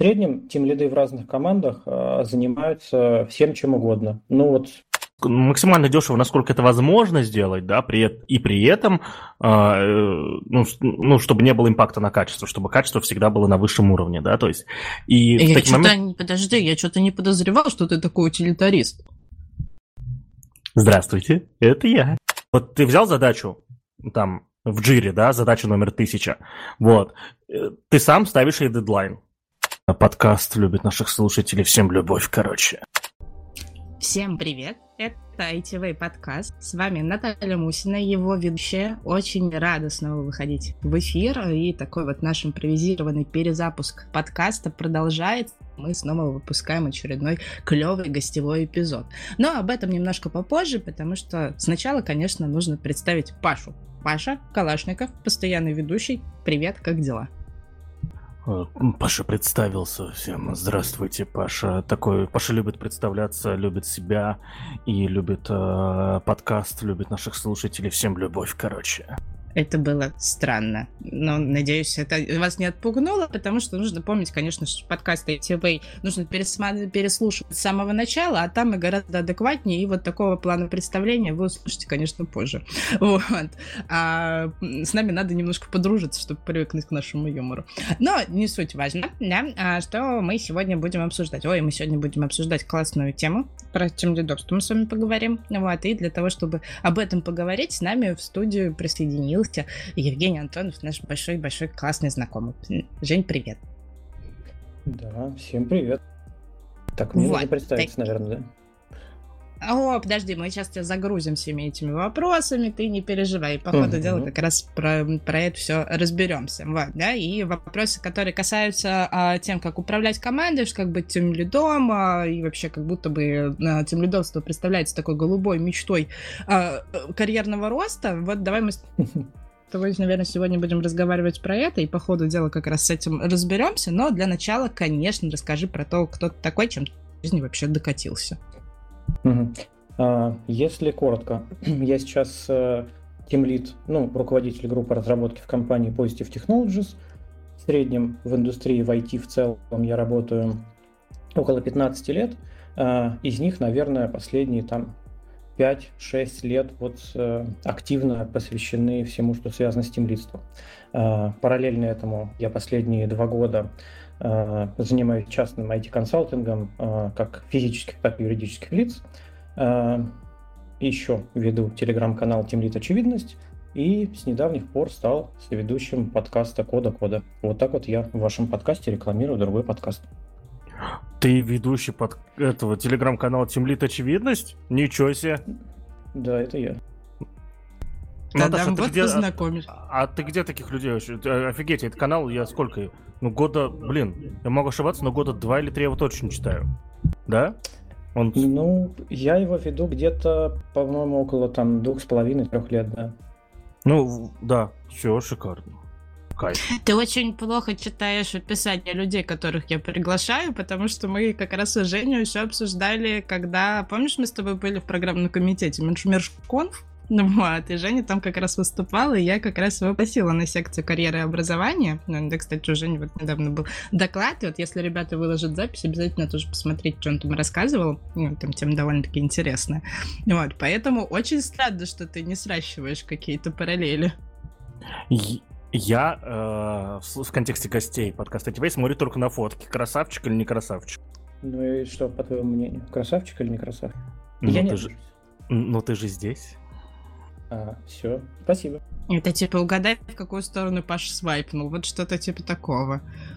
среднем тимлиды в разных командах занимаются всем чем угодно. Ну вот максимально дешево, насколько это возможно сделать, да, при этом, чтобы не было импакта на качество, чтобы качество всегда было на высшем уровне, да, то есть... Подожди, я что-то не подозревал, что ты такой утилитарист. Здравствуйте, это я. Вот ты взял задачу, там, в Jira, да, задача номер 1000, вот, ты сам ставишь ей дедлайн. Подкаст любит наших слушателей, всем любовь, короче. Всем привет, это ITV подкаст, с вами Наталья Мусина, его ведущая. Очень рада снова выходить в эфир, и такой вот наш импровизированный перезапуск подкаста продолжается. Мы снова выпускаем очередной клевый гостевой эпизод. Но об этом немножко попозже, потому что сначала, конечно, нужно представить Пашу. Паша Калашников, постоянный ведущий. Привет, как дела? Паша представился всем. Здравствуйте, Паша. Паша любит представляться, любит себя и любит подкаст, любит наших слушателей. Всем любовь, короче. Это было странно, но, надеюсь, это вас не отпугнуло, потому что нужно помнить, конечно, что подкаст ITV нужно переслушивать с самого начала, а там и гораздо адекватнее, и вот такого плана представления вы услышите, конечно, позже. Вот. А с нами надо немножко подружиться, чтобы привыкнуть к нашему юмору. Но не суть важно, да, что мы сегодня будем обсуждать. Мы сегодня будем обсуждать классную тему, про тимлидовство мы с вами поговорим, вот, и для того, чтобы об этом поговорить, с нами в студию присоединился Евгений Антонов, наш большой-большой классный знакомый. Жень, привет. Да, всем привет. Так, мне нужно представиться, наверное, да? Подожди, мы сейчас тебя загрузим всеми этими вопросами, ты не переживай. По ходу дела как раз про это все разберемся. Вот, да? И вопросы, которые касаются тем, как управлять командой, как быть тимлидом, и вообще как будто бы тимлидовство представляется такой голубой мечтой карьерного роста. Вот давай мы с тобой, наверное, сегодня будем разговаривать про это, и по ходу дела как раз с этим разберемся. Но для начала, конечно, расскажи про то, кто ты такой, чем ты в жизни вообще докатился. Если коротко, я сейчас тимлид, руководитель группы разработки в компании Positive Technologies. В среднем в индустрии в IT в целом я работаю около 15 лет. Из них, наверное, последние 5-6 лет активно посвящены всему, что связано с тимлидством. Параллельно этому я последние 2 года занимаюсь частным IT-консалтингом как физических, так и юридических лиц. Еще веду телеграм-канал Тимлид Очевидность и с недавних пор стал соведущим подкаста Кода. Вот так вот я в вашем подкасте рекламирую другой подкаст. Ты ведущий этого телеграм-канала Тимлид Очевидность? Ничего себе! Да, это я. Наташа, вот познакомишь. А ты где таких людей вообще? Офигеть, этот канал я сколько? Я могу ошибаться, но года 2 или 3 я его точно читаю. Да? Я его веду где-то, по-моему, около 2,5-3 лет, да. Да, все шикарно. Кайф. Ты очень плохо читаешь описание людей, которых я приглашаю, потому что мы как раз с Женей еще обсуждали, когда... Помнишь, мы с тобой были в программном комитете Межконф? И Женя там как раз выступала, и я как раз его просила на секцию карьеры и образования. Да, кстати, у Жени недавно был доклад, и если ребята выложат запись, обязательно тоже посмотреть, что он там рассказывал. Там тема довольно-таки интересная. Поэтому очень странно, что ты не сращиваешь какие-то параллели. Я в контексте гостей подкаста ITV смотрю только на фотки. Красавчик или не красавчик? И что, по твоему мнению? Красавчик или не красавчик? Ты же здесь. Все, спасибо. Это угадай, в какую сторону Паша свайпнул. Вот что-то типа такого.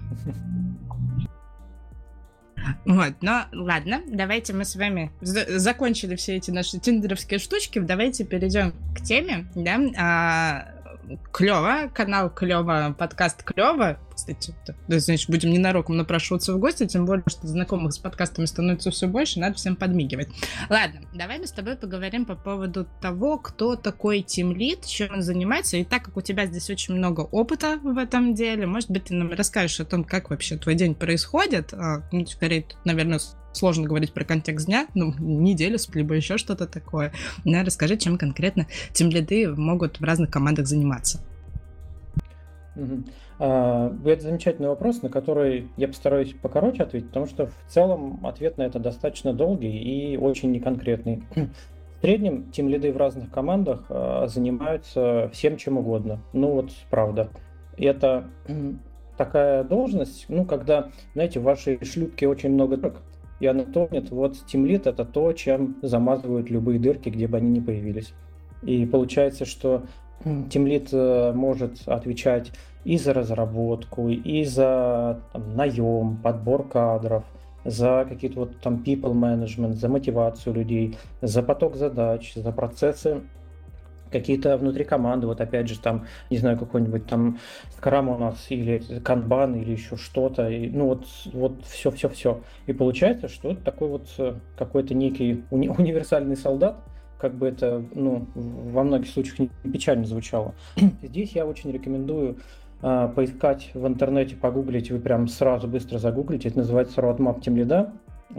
Ладно, давайте мы с вами закончили все эти наши тиндеровские штучки, давайте перейдем к теме, да, клево, канал клево, подкаст клево. Кстати, значит, будем ненароком напрашиваться в гости, тем более, что знакомых с подкастами становится все больше, надо всем подмигивать. Ладно, давай мы с тобой поговорим по поводу того, кто такой тимлид, чем он занимается, и так как у тебя здесь очень много опыта в этом деле, может быть, ты нам расскажешь о том, как вообще твой день происходит. Скорее, наверное, сложно говорить про контекст дня, неделю, либо еще что-то такое. Расскажи, чем конкретно тимлиды могут в разных командах заниматься. Мгм. Это замечательный вопрос, на который я постараюсь покороче ответить, потому что в целом ответ на это достаточно долгий и очень неконкретный. В среднем тимлиды в разных командах занимаются всем чем угодно. Ну вот, правда. И это такая должность, ну, когда, знаете, в вашей шлюпке очень много дырок, и она тонет, вот тимлид — это то, чем замазывают любые дырки, где бы они ни появились. И получается, что тимлид может отвечать и за разработку, и за наем, подбор кадров, за какие-то вот там people management, за мотивацию людей, за поток задач, за процессы какие-то внутри команды, вот опять же там, не знаю, какой-нибудь там скрам у нас, или канбан, или еще что-то, и, ну вот все. И получается, что это такой вот какой-то некий универсальный солдат, как бы это, ну, во многих случаях не печально звучало. Здесь я очень рекомендую поискать в интернете, погуглить, вы прям сразу быстро загуглите, это называется Roadmap Team Lead.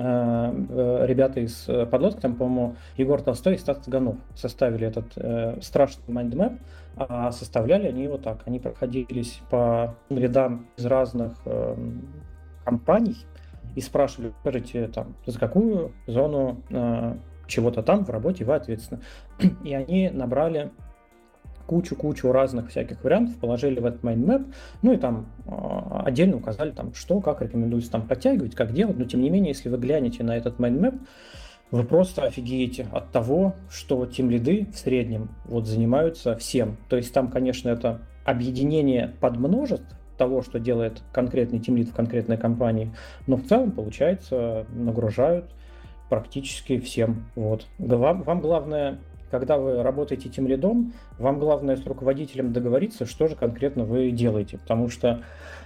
Ребята из подлодки, там, по-моему, Егор Толстой и Стас Цыганов составили этот страшный майндмэп, а составляли они его так. Они проходились по рядам из разных компаний и спрашивали, скажите, там, за какую зону чего-то там в работе вы ответственны. И они набрали кучу разных всяких вариантов, положили в этот майндмэп, ну и там отдельно указали, там, что, как рекомендуется там подтягивать, как делать, но тем не менее, если вы глянете на этот майндмэп, вы просто офигеете от того, что тимлиды в среднем вот занимаются всем. То есть там, конечно, это объединение подмножеств того, что делает конкретный тимлид в конкретной компании, но в целом, получается, нагружают практически всем. Вот. Вам главное, когда вы работаете тимлидом, вам главное с руководителем договориться, что же конкретно вы делаете, потому что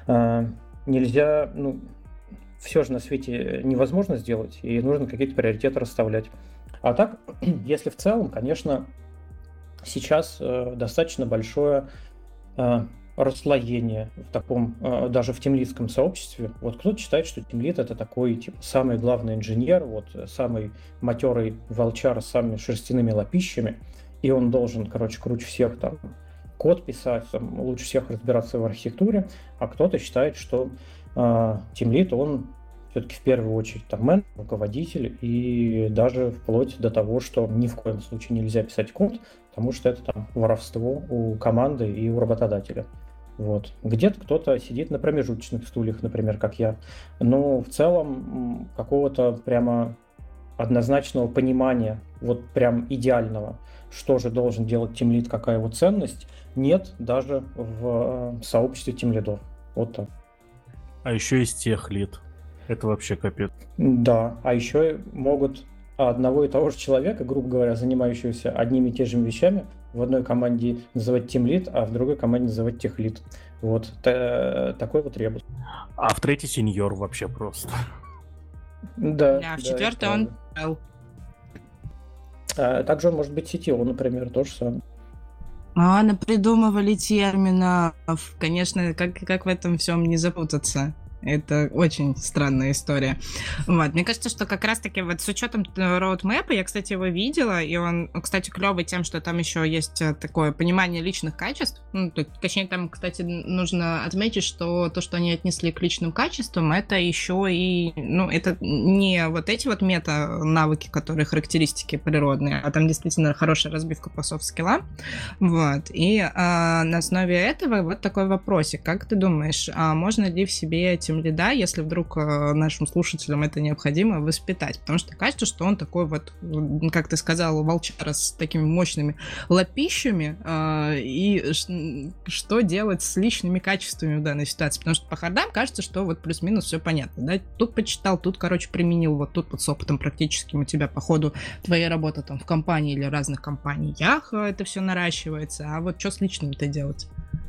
нельзя, ну, все же на свете невозможно сделать, и нужно какие-то приоритеты расставлять. А так, если в целом, конечно, сейчас достаточно большое расслоение в таком, даже в тимлидском сообществе. Вот кто-то считает, что тимлид — это такой, типа, самый главный инженер, вот самый матерый волчар с самыми шерстяными лапищами, и он должен, короче, круче всех там код писать, там, лучше всех разбираться в архитектуре, а кто-то считает, что тимлид, он все-таки в первую очередь там менеджер, руководитель, и даже вплоть до того, что ни в коем случае нельзя писать код, потому что это там воровство у команды и у работодателя. Вот. Где-то кто-то сидит на промежуточных стульях, например, как я. Но в целом какого-то прямо однозначного понимания, вот прям идеального, что же должен делать тимлид, какая его ценность, нет даже в сообществе тимлидов. Вот так. А еще есть техлид. Это вообще капец. Да, а еще могут одного и того же человека, грубо говоря, занимающегося одними и теми же вещами, в одной команде называть тимлид, а в другой команде называть техлид. Вот такой вот ребус. А в третий сеньор вообще просто. Да, в четвертый он также он может быть CTO, например, то же самое. Напридумывали терминов. Конечно, как в этом всем не запутаться. Это очень странная история. Вот. Мне кажется, что как раз-таки вот с учетом роудмэпа, я, кстати, его видела, и он, кстати, клевый тем, что там еще есть такое понимание личных качеств. Ну, точнее, там, кстати, нужно отметить, что то, что они отнесли к личным качествам, это еще и, ну, это не вот эти вот мета-навыки, которые характеристики природные, а там действительно хорошая разбивка по софт-скиллам. Вот. И на основе этого вот такой вопросик. Как ты думаешь, можно ли в себе тимлида, если вдруг нашим слушателям это необходимо, воспитать? Потому что кажется, что он такой вот, как ты сказал, волчара с такими мощными лапищами, и что делать с личными качествами в данной ситуации? Потому что по хардам кажется, что вот плюс-минус все понятно, да? Тут почитал, тут, короче, применил, вот тут вот с опытом практическим у тебя по ходу твоей работы там в компании или разных компаниях это все наращивается, а вот что с личным-то делать?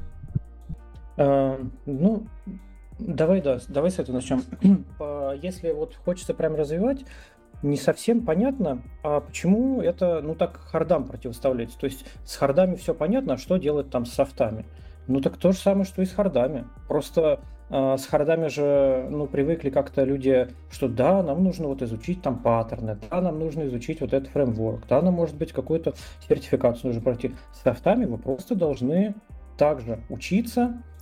Ну, давай с этого начнем. Если вот хочется прям развивать, не совсем понятно, а почему это, ну, так хардам противоставляется. То есть с хардами все понятно, а что делать там с софтами? Ну, так то же самое, что и с хардами. Просто с хардами же, ну, привыкли как-то люди, что да, нам нужно вот изучить там паттерны, да, нам нужно изучить вот этот фреймворк, да, нам, может быть, какую-то сертификацию нужно пройти. С софтами вы просто должны также учиться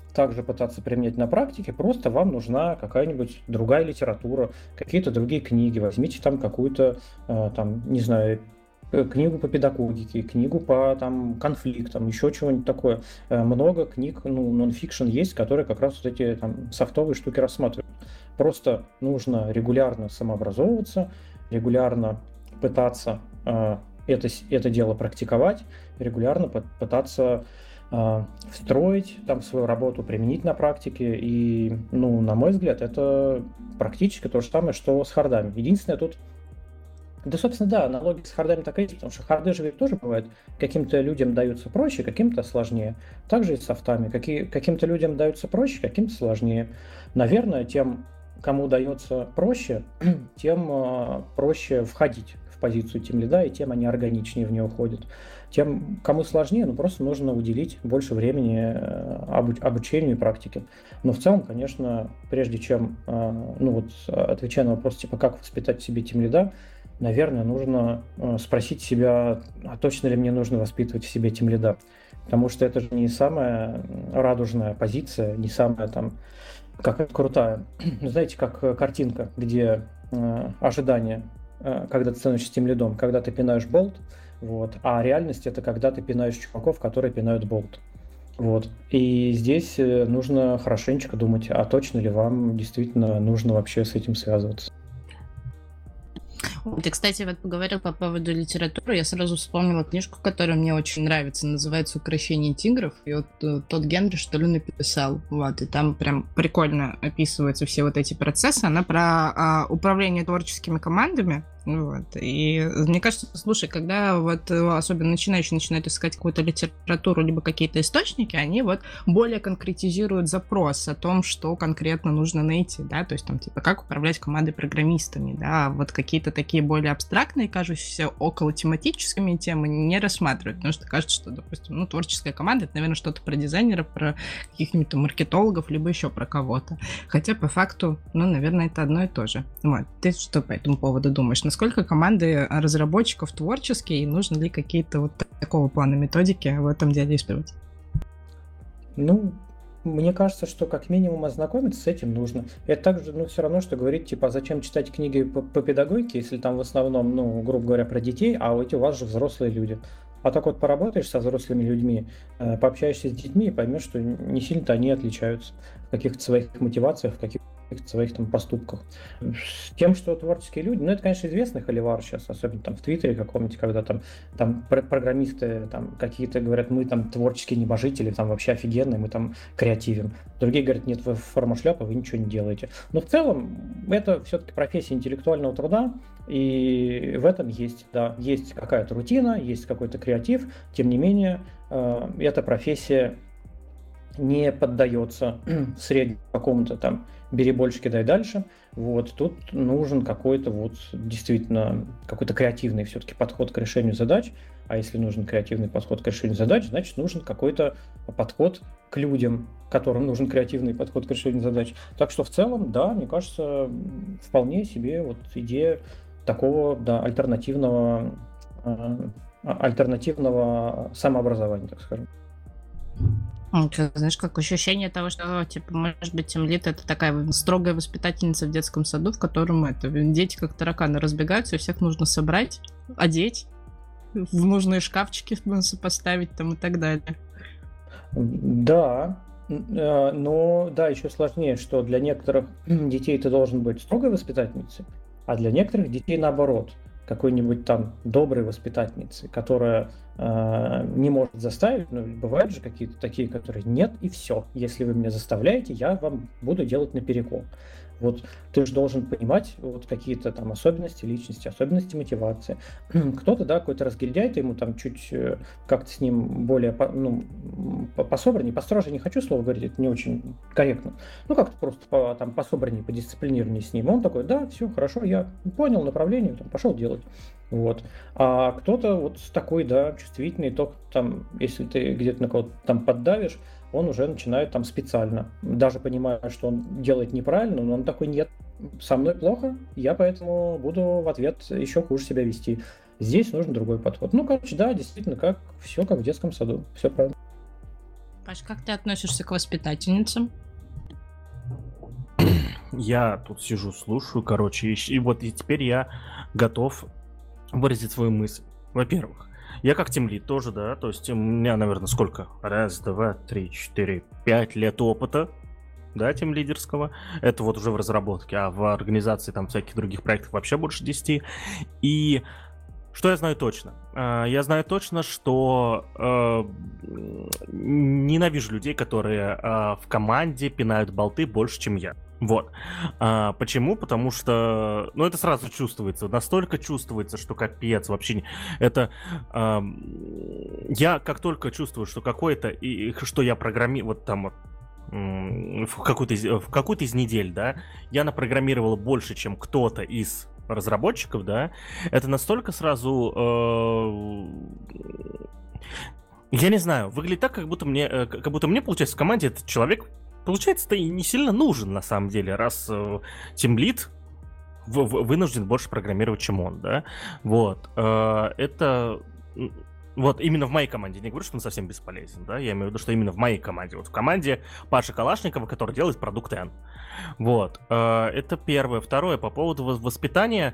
также пытаться применять на практике, просто вам нужна какая-нибудь другая литература, какие-то другие книги. Возьмите там какую-то, там, не знаю, книгу по педагогике, книгу по там, конфликтам, еще чего-нибудь такое. Много книг, нон-фикшн есть, которые как раз вот эти там, софтовые штуки рассматривают. Просто нужно регулярно самообразовываться, регулярно пытаться это дело практиковать, регулярно пытаться встроить там в свою работу, применить на практике. И, на мой взгляд, это практически то же самое, что с хардами. Единственное, тут да, собственно, да, аналогия с хардами такая есть, потому что харды же ведь тоже бывают, каким-то людям даются проще, каким-то сложнее. Также и с софтами. Каким-то людям даются проще, каким-то сложнее. Наверное, тем, кому дается проще, тем проще входить в позицию тимлида, и тем они органичнее в нее уходят. Тем, кому сложнее, просто нужно уделить больше времени обучению и практике. Но в целом, конечно, прежде чем, отвечая на вопрос, типа, как воспитать в себе тимлида, наверное, нужно спросить себя, а точно ли мне нужно воспитывать в себе тимлида? Потому что это же не самая радужная позиция, не самая там какая крутая. Знаете, как картинка, где ожидание, когда ты становишься тимлидом, когда ты пинаешь болт, а реальность это когда ты пинаешь чуваков, которые пинают болт. И здесь нужно хорошенечко думать, а точно ли вам действительно нужно вообще с этим связываться. Ты, кстати, поговорил по поводу литературы, я сразу вспомнила книжку, которая мне очень нравится, называется «Укрощение тигров», и тот Генри, что ли, написал, и там прям прикольно описываются все эти процессы, она про управление творческими командами, и мне кажется, слушай, когда особенно начинающие начинают искать какую-то литературу, либо какие-то источники, они более конкретизируют запрос о том, что конкретно нужно найти, да, то есть там типа как управлять командой программистами, да, какие-то такие более абстрактные, кажущиеся около тематическими темы не рассматривают, потому что кажется, что, допустим, творческая команда — это, наверное, что-то про дизайнеров, про каких-нибудь маркетологов, либо еще про кого-то, хотя по факту, наверное, это одно и то же. Ты что по этому поводу думаешь? Насколько команды разработчиков творческие, и нужно ли какие-то такого плана методики в этом деле использовать? Мне кажется, что как минимум ознакомиться с этим нужно. Это также, все равно, что говорить, типа, зачем читать книги по педагогике, если там в основном, грубо говоря, про детей, а у вас же взрослые люди. А так поработаешь со взрослыми людьми, пообщаешься с детьми и поймешь, что не сильно-то они отличаются в каких-то своих мотивациях, в каких-то своих там поступках. С тем, что творческие люди, это, конечно, известный холивар сейчас, особенно там в Твиттере каком-нибудь, когда там программисты там какие-то говорят, мы там творческие небожители, там вообще офигенные, мы там креативим. Другие говорят, нет, вы форма шляпа, вы ничего не делаете. Но в целом это все-таки профессия интеллектуального труда, и в этом есть какая-то рутина, есть какой-то креатив, тем не менее, эта профессия не поддается среднему какому-то там бери больше, кидай дальше. Тут нужен какой-то действительно какой-то креативный все-таки подход к решению задач. А если нужен креативный подход к решению задач, значит нужен какой-то подход к людям, которым нужен креативный подход к решению задач. Так что в целом, да, мне кажется, вполне себе идея такого, да, альтернативного самообразования, так скажем. Знаешь, как ощущение того, что, типа, может быть, тимлид — это такая строгая воспитательница в детском саду, в котором дети как тараканы разбегаются, и всех нужно собрать, одеть, в нужные шкафчики сопоставить там и так далее. Да, но да, еще сложнее, что для некоторых детей ты должен быть строгой воспитательницей, а для некоторых детей наоборот, какой-нибудь там доброй воспитательницы, которая не может заставить, бывают же какие-то такие, которые нет, и все. Если вы меня заставляете, я вам буду делать наперекор. Ты же должен понимать какие-то там особенности личности, особенности мотивации. Кто-то, да, какой-то разгильдяй, ты ему там чуть как-то с ним более пособраннее, построже не хочу слово говорить, это не очень корректно. Как-то просто пособраннее, подисциплинированнее с ним. Он такой, да, все, хорошо, я понял направление, пошел делать. А кто-то такой, да, чувствительный, только там, если ты где-то на кого-то там поддавишь, он уже начинает там специально, даже понимая, что он делает неправильно, но он такой, нет, со мной плохо, я поэтому буду в ответ еще хуже себя вести. Здесь нужен другой подход. Да, действительно, все как в детском саду, все правильно. Паш, как ты относишься к воспитательницам? Я тут сижу, слушаю, короче, и теперь я готов выразить свою мысль. Во-первых, я как тимлид тоже, да, то есть у меня, наверное, сколько? Раз, два, три, четыре, 5 лет опыта, да, тимлидерского. Это вот уже в разработке, а в организации там всяких других проектов вообще больше 10. И что я знаю точно? Я знаю точно, что ненавижу людей, которые в команде пинают болты больше, чем я. Вот. Почему? Потому что, это сразу чувствуется. Настолько чувствуется, что капец. Вообще это... я как только чувствую, что какой-то... что я программирую... Вот там вот в какую-то из недель, да, я напрограммировал больше, чем кто-то из разработчиков, да, это настолько сразу... я не знаю, выглядит так, как будто мне, получается, в команде этот человек, получается-то и не сильно нужен, на самом деле, раз тимлид вынужден больше программировать, чем он, да, вот, это... Вот, именно в моей команде. Не говорю, что он совсем бесполезен, да, я имею в виду, что именно в моей команде. Вот в команде Паши Калашникова, который делает продукт N. Вот, это первое. Второе, по поводу воспитания.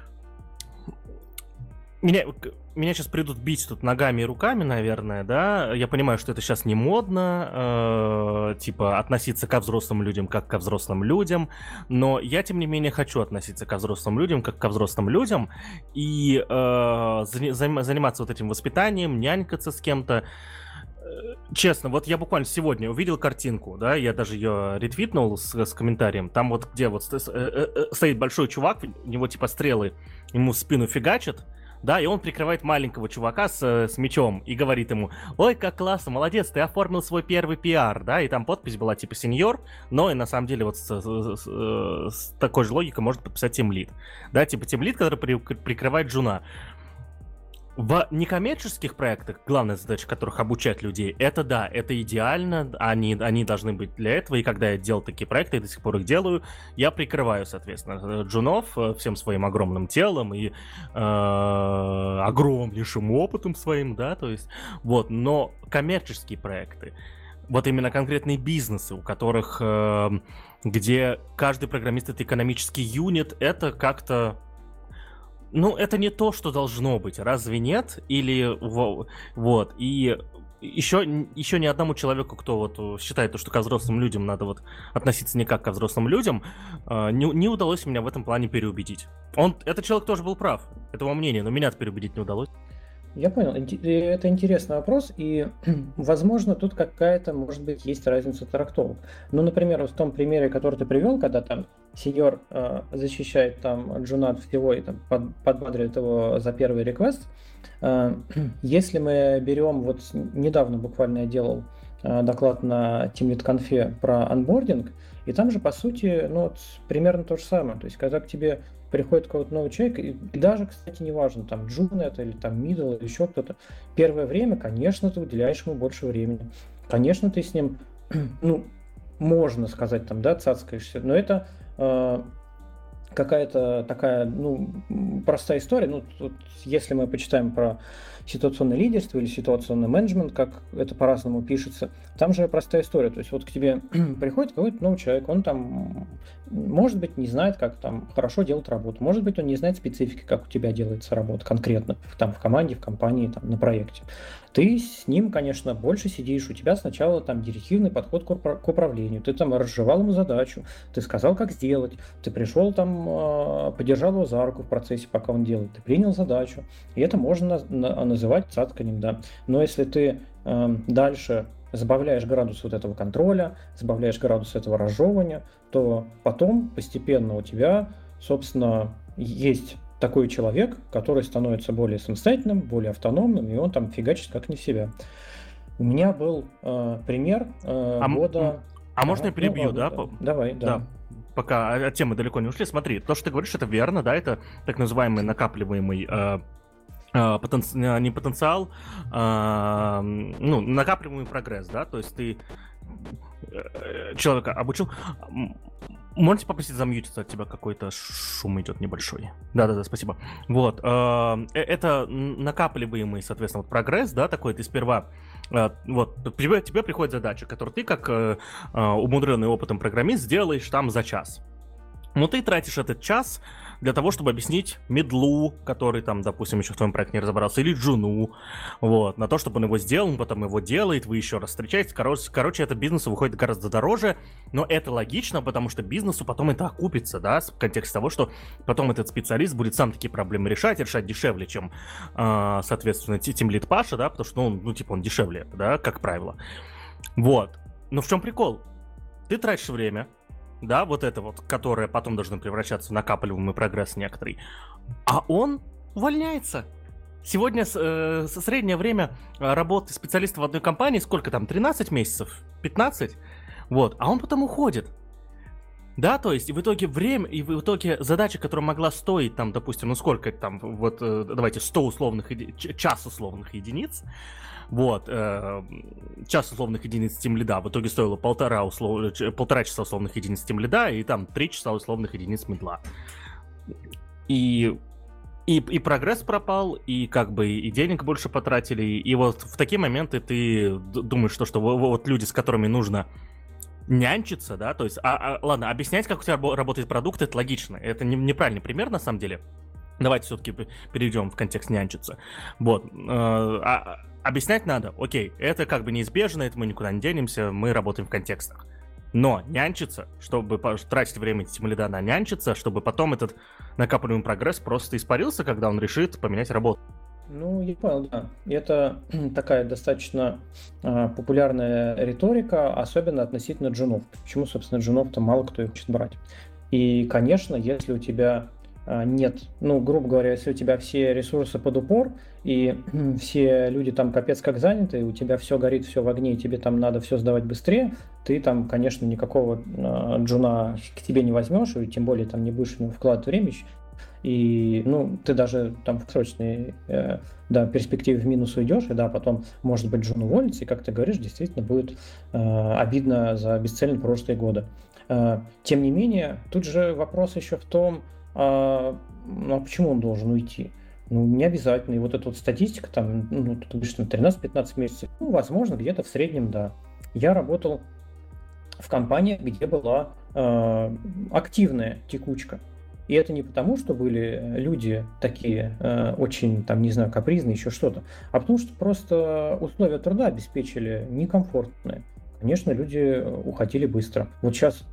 Меня сейчас придут бить тут ногами и руками, наверное, да. Я понимаю, что это сейчас не модно, типа, относиться ко взрослым людям как ко взрослым людям, но я, тем не менее, хочу относиться ко взрослым людям как ко взрослым людям и заниматься вот этим воспитанием, нянькаться с кем-то. Честно, вот я буквально сегодня увидел картинку, да, я даже ее ретвитнул с комментарием, там вот где вот стоит большой чувак, у него типа стрелы ему в спину фигачат, да, и он прикрывает маленького чувака с мечом и говорит ему: ой, как классно, молодец, ты оформил свой первый пиар, да, и там подпись была типа сеньор, но и на самом деле вот с такой же логикой может подписать тимлид, да, типа тимлид, который прикрывает джуна. В некоммерческих проектах главная задача которых обучать людей, это да, это идеально, они должны быть для этого, и когда я делал такие проекты, я до сих пор их делаю, я прикрываю, соответственно, джунов всем своим огромным телом и огромнейшим опытом своим, да, то есть, вот, но коммерческие проекты, вот именно конкретные бизнесы, у которых, где каждый программист — это экономический юнит, это как-то... это не то, что должно быть, разве нет? Или вот, и еще ни одному человеку, кто вот считает, что ко взрослым людям надо вот относиться не как ко взрослым людям, не удалось меня в этом плане переубедить. Этот человек тоже был прав, это его мнение, но меня переубедить не удалось. Я понял. Это интересный вопрос, и, возможно, тут какая-то, может быть, есть разница трактовок. Ну, например, в том примере, который ты привел, когда там сеньор защищает там джуна от всего и там подбадривает его за первый реквест, если мы берем, вот недавно буквально я делал доклад на TeamLead-конфе про анбординг, и там же, по сути, примерно то же самое. То есть, когда к тебе приходит какой-то новый человек, и даже, кстати, неважно, там, джун это или там middle, или еще кто-то, первое время, конечно, ты уделяешь ему больше времени. Конечно, ты с ним, можно сказать, там, да, цацкаешься, но это какая-то такая, простая история. Тут, если мы почитаем про ситуационное лидерство или ситуационный менеджмент, как это по-разному пишется, там же простая история. То есть вот к тебе приходит какой-то новый человек, он там, может быть, не знает, как там хорошо делать работу, может быть, он не знает специфики, как у тебя делается работа конкретно, там в команде, в компании, там на проекте. Ты с ним, конечно, больше сидишь, у тебя сначала там директивный подход к управлению, ты там разжевал ему задачу, ты сказал, как сделать, ты пришел там, подержал его за руку в процессе, пока он делает, ты принял задачу, и это можно называть цацканем, да. Но если ты дальше забавляешь градус вот этого контроля, забавляешь градус этого разжевывания, то потом постепенно у тебя, собственно, есть такой человек, который становится более самостоятельным, более автономным, и он там фигачит как не в себя. У меня был пример года... можно я перебью, да? Давай, да. Пока от темы далеко не ушли. Смотри, то, что ты говоришь, это верно, да, это так называемый накапливаемый не потенциал, накапливаемый прогресс, да, то есть ты человека обучил. Можете попросить замьютиться, от тебя какой-то шум идет небольшой. Да, спасибо. Вот, это накапливаемый, соответственно, прогресс, да, такой, ты сперва вот, тебе приходит задача, которую ты, как умудренный опытом программист, сделаешь там за час. Но ты тратишь этот час для того, чтобы объяснить медлу, который там, допустим, еще в твоем проекте не разобрался, или джуну, вот, на то, чтобы он его сделал, он потом его делает, вы еще раз встречаетесь. Короче, это бизнесу выходит гораздо дороже, но это логично, потому что бизнесу потом это окупится, да, в контексте того, что потом этот специалист будет сам такие проблемы решать дешевле, чем, соответственно, тимлид Паша, да, потому что, он дешевле, да, как правило. Вот. Но в чем прикол? Ты тратишь время, да, вот это вот, которое потом должно превращаться в накапливаемый прогресс некоторый, а он увольняется. Сегодня среднее время работы специалиста в одной компании, сколько там, 13 месяцев, 15, вот, а он потом уходит. Да, то есть, и в итоге задача, которая могла стоить, там, допустим, сколько там, вот, давайте, 100 час условных единиц, вот, час условных единиц тимлида в итоге стоило полтора часа условных единиц тимлида и там 3 часа условных единиц медла. И прогресс пропал, и как бы и денег больше потратили, и вот в такие моменты ты думаешь, что вот люди, с которыми нужно нянчиться, да, то есть, ладно, объяснять, как у тебя работает продукт, это логично, это неправильный пример на самом деле. Давайте все-таки перейдем в контекст нянчиться. Вот. Объяснять надо, окей, это как бы неизбежно, это мы никуда не денемся, мы работаем в контекстах. Но нянчиться, чтобы тратить время тимлида на нянчиться, чтобы потом этот накапливаемый прогресс просто испарился, когда он решит поменять работу. Ну, я понял, да. Это такая достаточно популярная риторика, особенно относительно джунов. Почему, собственно, джунов-то мало кто их хочет брать. И, конечно, если у тебя нет, грубо говоря, если у тебя все ресурсы под упор, и все люди там капец как заняты, и у тебя все горит, все в огне, и тебе там надо все сдавать быстрее, ты там, конечно, никакого джуна к тебе не возьмешь, и тем более там не будешь в него вкладывать время, и, ты даже там в срочной перспективе в минус уйдешь, и потом, может быть, джун уволится, и, как ты говоришь, действительно будет обидно за бесцельно прошлые годы. Тем не менее, тут же вопрос еще в том, почему он должен уйти? Не обязательно. И вот эта вот статистика, там, ты говоришь, 13-15 месяцев, возможно, где-то в среднем, да. Я работал в компании, где была активная текучка. И это не потому, что были люди такие очень, там, не знаю, капризные, еще что-то, а потому что просто условия труда обеспечили некомфортные. Конечно, люди уходили быстро. Вот сейчас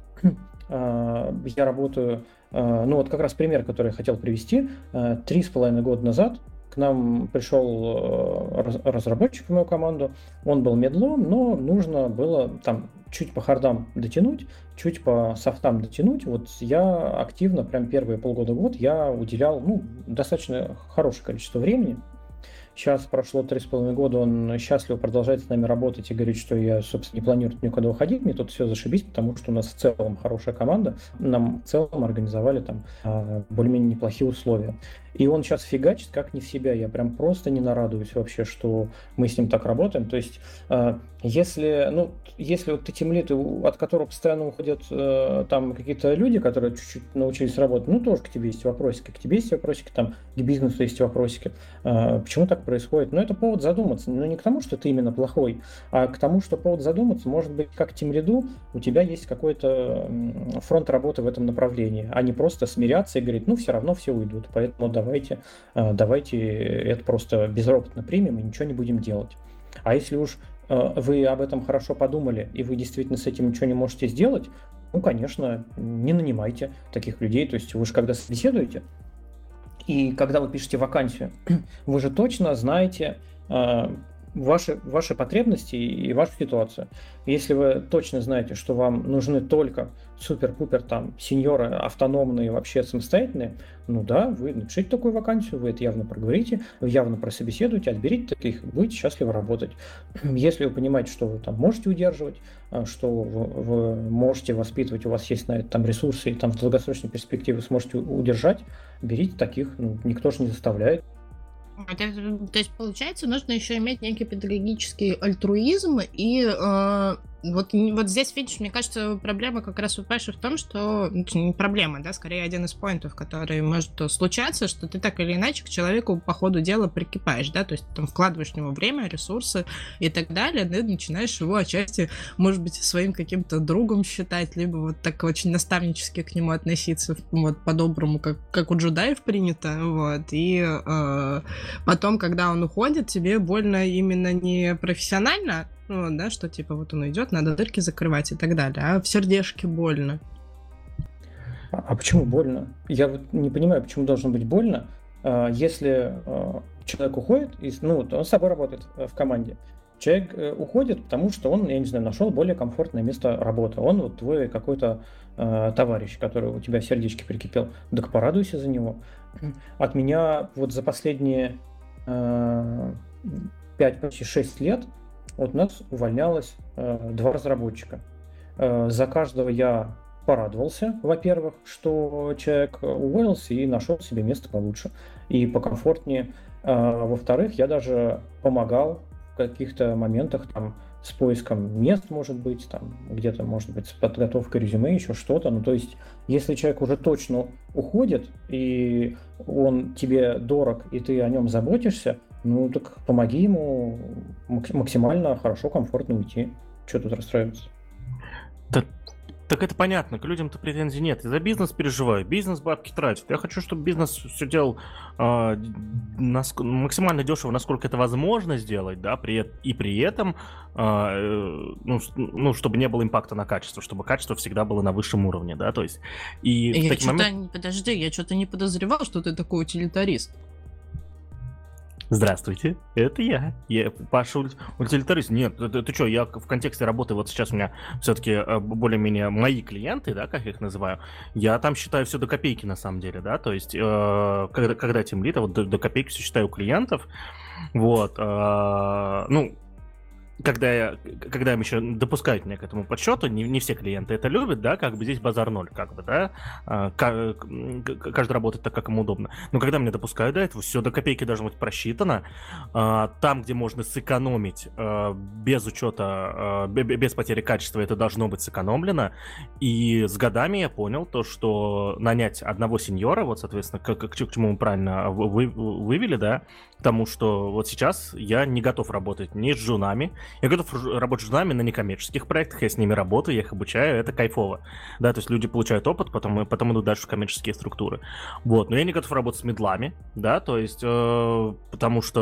я работаю, вот как раз пример, который я хотел привести. 3,5 года назад к нам пришел разработчик в мою команду. Он был медлом, но нужно было там чуть по хардам дотянуть, чуть по софтам дотянуть. Вот я активно, прям первые полгода-год, я уделял достаточно хорошее количество времени. Сейчас прошло 3,5 года, он счастливо продолжает с нами работать и говорит, что я, собственно, не планирую никуда уходить, мне тут все зашибись, потому что у нас в целом хорошая команда, нам в целом организовали там более-менее неплохие условия. И он сейчас фигачит как не в себя, я прям просто не нарадуюсь вообще, что мы с ним так работаем. То есть, если вот ты тимлид, от которого постоянно уходят там какие-то люди, которые чуть-чуть научились работать, тоже к тебе есть вопросики, там, к бизнесу есть вопросики. Почему так происходит? Это повод задуматься. Не к тому, что ты именно плохой, а к тому, что повод задуматься, может быть, как тимлиду у тебя есть какой-то фронт работы в этом направлении, а не просто смиряться и говорить, все равно все уйдут, поэтому давайте это просто безропотно примем и ничего не будем делать. А если уж вы об этом хорошо подумали, и вы действительно с этим ничего не можете сделать, конечно, не нанимайте таких людей. То есть вы же когда собеседуете, и когда вы пишете вакансию, вы же точно знаете ваши потребности и вашу ситуацию. Если вы точно знаете, что вам нужны только супер-пупер там сеньоры, автономные, вообще самостоятельные, вы напишите такую вакансию, вы это явно проговорите, вы явно прособеседуете, отберите таких, будете счастливы работать. Если вы понимаете, что вы там можете удерживать, что вы можете воспитывать, у вас есть на это там ресурсы, и там в долгосрочной перспективе сможете удержать, берите таких, никто же не заставляет. То есть, получается, нужно еще иметь некий педагогический альтруизм и Вот здесь, видишь, мне кажется, проблема как раз у Паши в том, что... Не проблема, да, скорее один из поинтов, который может случаться, что ты так или иначе к человеку по ходу дела прикипаешь, да, то есть ты там вкладываешь в него время, ресурсы и так далее, да, и начинаешь его отчасти, может быть, своим каким-то другом считать, либо вот так очень наставнически к нему относиться, вот по-доброму, как у джедаев принято, вот, и потом, когда он уходит, тебе больно именно не профессионально, ну, да, что типа вот он идет, надо дырки закрывать и так далее, а в сердечке больно. А почему больно? Я вот не понимаю, почему должно быть больно, если человек уходит, ну, он с собой работает в команде. Человек уходит, потому что он, я не знаю, нашел более комфортное место работы. Он вот твой какой-то товарищ, который у тебя в сердечке прикипел. Так порадуйся за него. От меня вот за последние 5, почти 6 лет вот у нас увольнялось 2 разработчика. За каждого я порадовался, во-первых, что человек уволился и нашел себе место получше и покомфортнее. Во-вторых, я даже помогал в каких-то моментах там с поиском мест, может быть, там где-то, может быть, с подготовкой резюме, еще что-то. Ну, то есть, если человек уже точно уходит, и он тебе дорог, и ты о нем заботишься, ну, так помоги ему максимально хорошо, комфортно уйти. Что тут расстраиваться? Так это понятно, к людям-то претензий нет. Я за бизнес переживаю, бизнес бабки тратит. Я хочу, чтобы бизнес все делал максимально дешево, насколько это возможно сделать, да, при этом, чтобы не было импакта на качество, чтобы качество всегда было на высшем уровне, да, то есть. Подожди, я что-то не подозревал, что ты такой утилитарист. Здравствуйте, это я Паша утилитарист. Нет, ты что, я в контексте работы, вот сейчас у меня все-таки более-менее мои клиенты, да, как я их называю, я там считаю все до копейки на самом деле, да, то есть когда тимлид, вот до копейки все считаю у клиентов, вот, когда им еще допускают меня к этому подсчету, не все клиенты это любят, да, как бы здесь базар ноль, как бы, да, каждый работает так, как ему удобно. Но когда меня допускают до этого, все до копейки должно быть просчитано. Там, где можно сэкономить без учета, без потери качества, это должно быть сэкономлено. И с годами я понял то, что нанять одного сеньора, вот, соответственно, к чему мы правильно вывели, да, потому что вот сейчас я не готов работать ни с джунами. Я готов работать с джунами на некоммерческих проектах, я с ними работаю, я их обучаю, это кайфово. Да, то есть люди получают опыт, потом идут дальше в коммерческие структуры. Вот, но я не готов работать с медлами, да, то есть, потому что,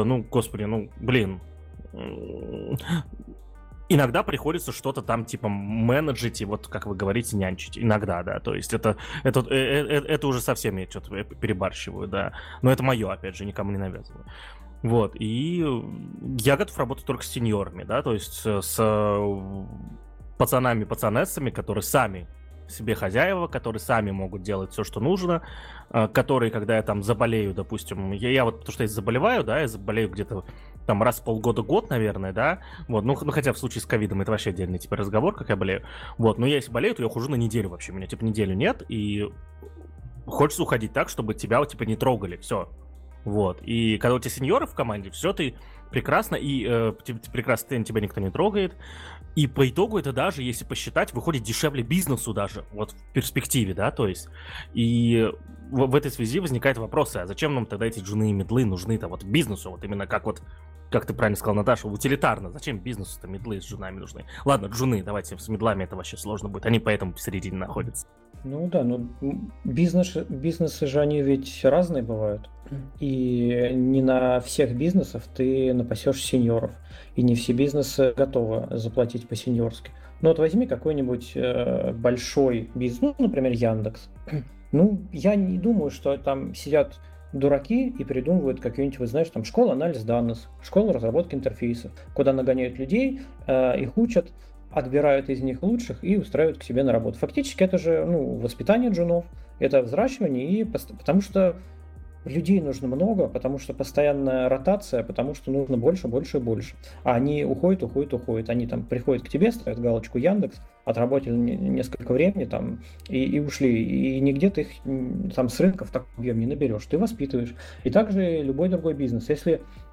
иногда приходится что-то там типа менеджить и вот, как вы говорите, нянчить. Иногда, да, то есть это уже совсем я что-то перебарщиваю, да. Но это мое, опять же, никому не навязываю. Вот, и я готов работать только с сеньорами, да, то есть с пацанами, пацанессами, которые сами себе хозяева, которые сами могут делать все, что нужно, которые, когда я там заболею, допустим, я вот, потому что я заболеваю, да, я заболею где-то там раз в полгода-год, наверное, да, вот, ну хотя в случае с ковидом это вообще отдельный теперь разговор, как я болею, вот, но я если болею, то я ухожу на неделю вообще, меня типа неделю нет, и хочется уходить так, чтобы тебя вот типа не трогали, все. Вот, и когда у тебя сеньоры в команде, все, ты прекрасно, и прекрасно тебя никто не трогает, и по итогу это даже, если посчитать, выходит дешевле бизнесу даже, вот в перспективе, да, то есть, и в этой связи возникает вопрос, а зачем нам тогда эти джуны и медлы нужны-то вот бизнесу, вот именно как ты правильно сказал, Наташа, утилитарно, зачем бизнесу-то медлы с джунами нужны? Ладно, джуны, давайте, с медлами это вообще сложно будет, они поэтому посередине находятся. Ну да, бизнесы же они ведь разные бывают. И не на всех бизнесов ты напасешь сеньоров. И не все бизнесы готовы заплатить по-сеньорски. Ну вот возьми какой-нибудь большой бизнес, ну, например, Яндекс. Ну, я не думаю, что там сидят дураки и придумывают какие-нибудь, вы знаешь, там школа анализ данных, школа разработки интерфейсов, куда нагоняют людей, их учат, отбирают из них лучших и устраивают к себе на работу. Фактически это же воспитание джунов, это взращивание, и потому что людей нужно много, потому что постоянная ротация, потому что нужно больше, больше и больше. А они уходят. Они там приходят к тебе, ставят галочку Яндекс, отработали несколько времени там и ушли. И нигде ты их там с рынка в таком объеме не наберешь. Ты воспитываешь. И также любой другой бизнес. Если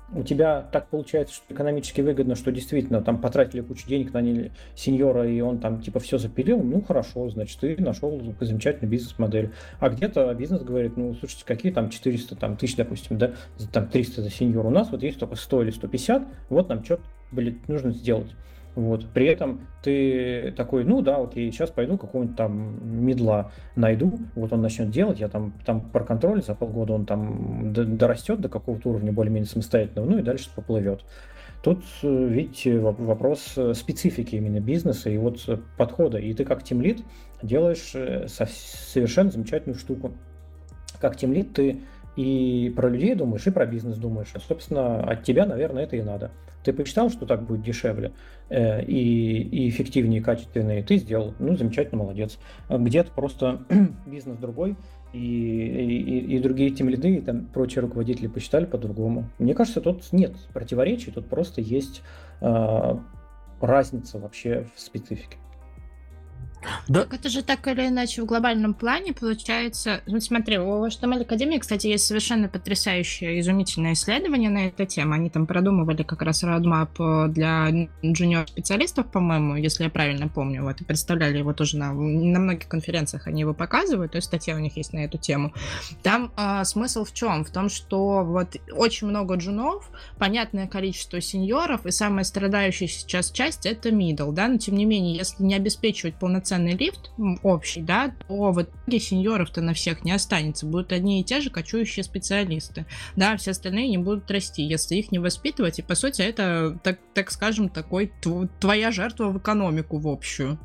у тебя так получается, что экономически выгодно, что действительно там потратили кучу денег, наняли сеньора, и он там типа все запилил, ну хорошо, значит, ты нашел замечательную бизнес-модель. А где-то бизнес говорит, ну слушайте, какие там 400 там, тысяч, допустим, да, там 300 за сеньора, у нас вот есть только 100 или 150, вот нам что-то, нужно сделать. Вот. При этом ты такой, ну да, окей, сейчас пойду какого-нибудь там медла найду, вот он начнет делать, я там проконтролю, за полгода он там дорастет до какого-то уровня более-менее самостоятельного, ну и дальше поплывет. Тут, видите, вопрос специфики именно бизнеса и вот подхода. И ты как тимлид делаешь совершенно замечательную штуку. Как тимлид ты и про людей думаешь, и про бизнес думаешь. Собственно, от тебя, наверное, это и надо. Ты посчитал, что так будет дешевле и эффективнее, и качественнее, ты сделал. Ну, замечательно, молодец. Где-то просто бизнес другой, и другие тимлиды, и там прочие руководители посчитали по-другому. Мне кажется, тут нет противоречий, тут просто есть разница вообще в специфике. Да. Так это же так или иначе в глобальном плане получается... Ну, смотри, у HTML Академии, кстати, есть совершенно потрясающее, изумительное исследование на эту тему. Они там продумывали как раз roadmap для джуниор-специалистов, по-моему, если я правильно помню. Вот, и представляли его тоже на многих конференциях, они его показывают, то есть статья у них есть на эту тему. Там смысл в чем? В том, что вот очень много джунов, понятное количество сеньоров, и самая страдающая сейчас часть — это middle, да, но тем не менее, если не обеспечивать полноценный лифт общий, да, то в итоге сеньоров-то на всех не останется. Будут одни и те же кочующие специалисты. Да, все остальные не будут расти, если их не воспитывать. И, по сути, это, так скажем, такой твоя жертва в экономику в общую.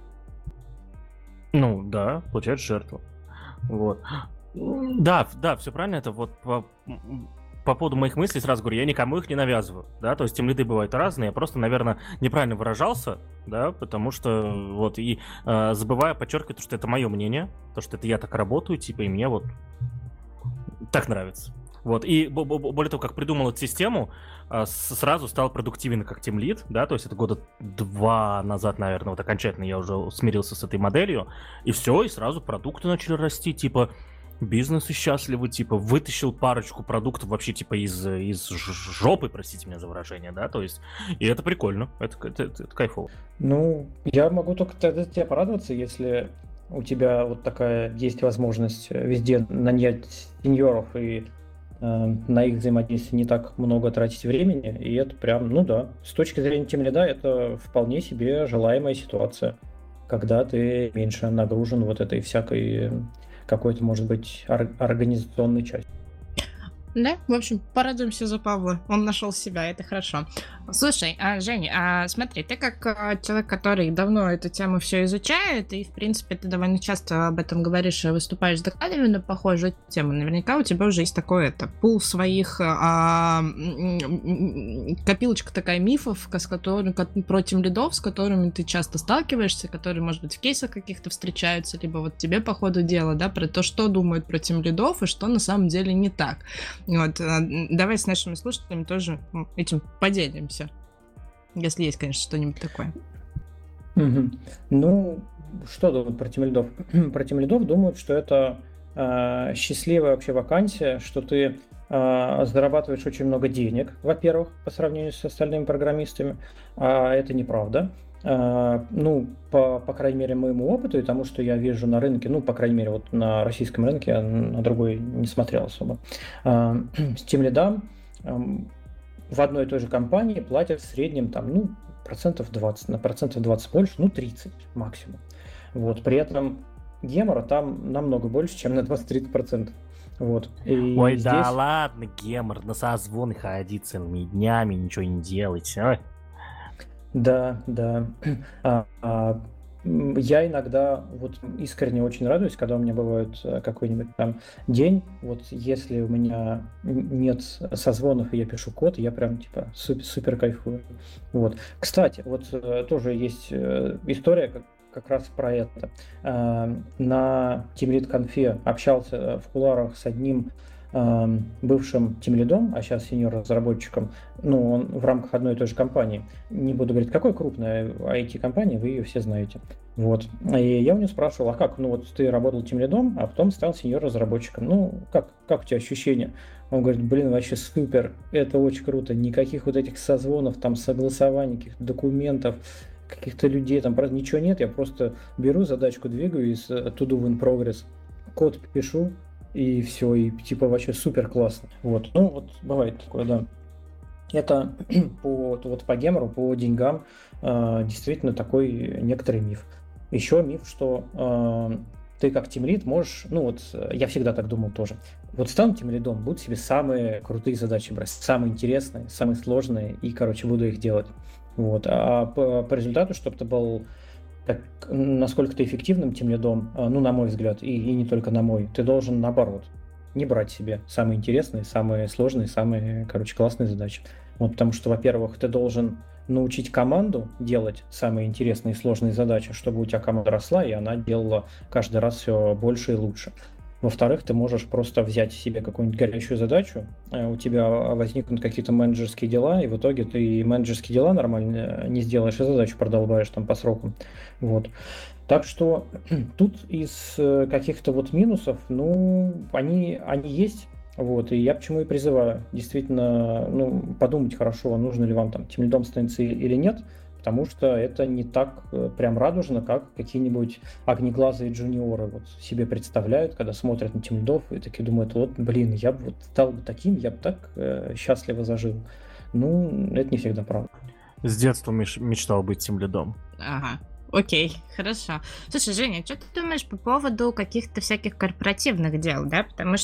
Ну, да, получается жертва. Вот. Да, все правильно. Это вот по поводу моих мыслей сразу говорю, я никому их не навязываю, да, то есть тимлиды бывают разные, я просто, наверное, неправильно выражался, да, потому что вот и забываю подчеркивать, что это мое мнение, то, что это я так работаю, типа, и мне вот так нравится. Вот, и более того, как придумал эту систему, сразу стал продуктивен как тимлид, да, то есть это года 2 назад, наверное, вот окончательно я уже смирился с этой моделью, и все, и сразу продукты начали расти, типа, бизнесы счастливы, типа, вытащил парочку продуктов вообще, типа, из жопы, простите меня за выражение, да, то есть, и это прикольно, это кайфово. Ну, я могу только тогда тебе порадоваться, если у тебя вот такая есть возможность везде нанять сеньоров и на их взаимодействие не так много тратить времени, и это прям, ну да, с точки зрения тимлида это вполне себе желаемая ситуация, когда ты меньше нагружен вот этой всякой какой-то, может быть, организационной части. Да, в общем, порадуемся за Павла. Он нашел себя, это хорошо. Слушай, Женя, смотри, ты как человек, который давно эту тему все изучает, и, в принципе, ты довольно часто об этом говоришь и выступаешь с докладами на похожую тему. Наверняка у тебя уже есть такой пул своих, копилочка такая мифов, про тимлидов, с которыми ты часто сталкиваешься, которые, может быть, в кейсах каких-то встречаются, либо вот тебе по ходу дела, да, про то, что думают про тимлидов и что на самом деле не так. Вот, давай с нашими слушателями тоже этим поделимся, если есть, конечно, что-нибудь такое. Ну, что думают про тимлидов? Про тимлидов думают, что это счастливая вообще вакансия, что ты зарабатываешь очень много денег, во-первых, по сравнению с остальными программистами, а это неправда. Ну, по крайней мере, моему опыту и тому, что я вижу на рынке, ну, по крайней мере, вот на российском рынке, я на другой не смотрел особо, с тимлидам в одной и той же компании платят в среднем там, ну, процентов 20, на процентов 20 больше, ну, 30 максимум. Вот, при этом гемора там намного больше, чем на 20-30%. Вот. И ой, здесь... да ладно, гемор, на созвоны ходить целыми днями, ничего не делать, ой. Да. Я иногда вот искренне очень радуюсь, когда у меня бывает какой-нибудь там день, вот если у меня нет созвонов и я пишу код, я прям типа супер кайфую. Вот. Кстати, вот тоже есть история как раз про это. На Team Lead Conf общался в кулуарах с одним бывшим тимлидом, а сейчас сеньор-разработчиком, ну, он в рамках одной и той же компании. Не буду говорить, какой крупная IT-компания, вы ее все знаете. Вот. И я у него спрашивал, а как? Ну, вот ты работал тимлидом, а потом стал сеньор-разработчиком. Ну, как у тебя ощущения? Он говорит, блин, вообще супер, это очень круто, никаких вот этих созвонов, там, согласований, каких-то документов, каких-то людей, там, просто ничего нет, я просто беру задачку, двигаю из to do in progress, код пишу, и все, и типа вообще супер классно. Вот, ну вот бывает такое, да. Это по гемору, по деньгам действительно такой некоторый миф. Еще миф, что ты как тимлид можешь, ну вот я всегда так думал тоже, вот стану тимлидом, буду себе самые крутые задачи брать, самые интересные, самые сложные, и, короче, буду их делать. Вот. А по результату, чтобы ты был насколько ты эффективным тимлидом, ну, на мой взгляд, и не только на мой, ты должен, наоборот, не брать себе самые интересные, самые сложные, самые, короче, классные задачи. Вот, потому что, во-первых, ты должен научить команду делать самые интересные и сложные задачи, чтобы у тебя команда росла, и она делала каждый раз все больше и лучше. Во-вторых, ты можешь просто взять себе какую-нибудь горячую задачу, у тебя возникнут какие-то менеджерские дела, и в итоге ты менеджерские дела нормально не сделаешь, и задачу продолбаешь там по срокам. Вот. Так что тут из каких-то вот минусов, ну, они есть. Вот, и я почему и призываю действительно, ну, подумать хорошо, нужно ли вам там тимлидом становиться или нет, потому что это не так прям радужно, как какие-нибудь огнеглазые джуниоры вот себе представляют, когда смотрят на тимлидов и такие думают, вот, блин, я бы вот стал бы таким, я бы так счастливо зажил. Ну, это не всегда правда. С детства мечтал быть тимлидом. Ага. Окей, хорошо. Слушай, Женя, что ты думаешь по поводу каких-то всяких корпоративных дел, да? Потому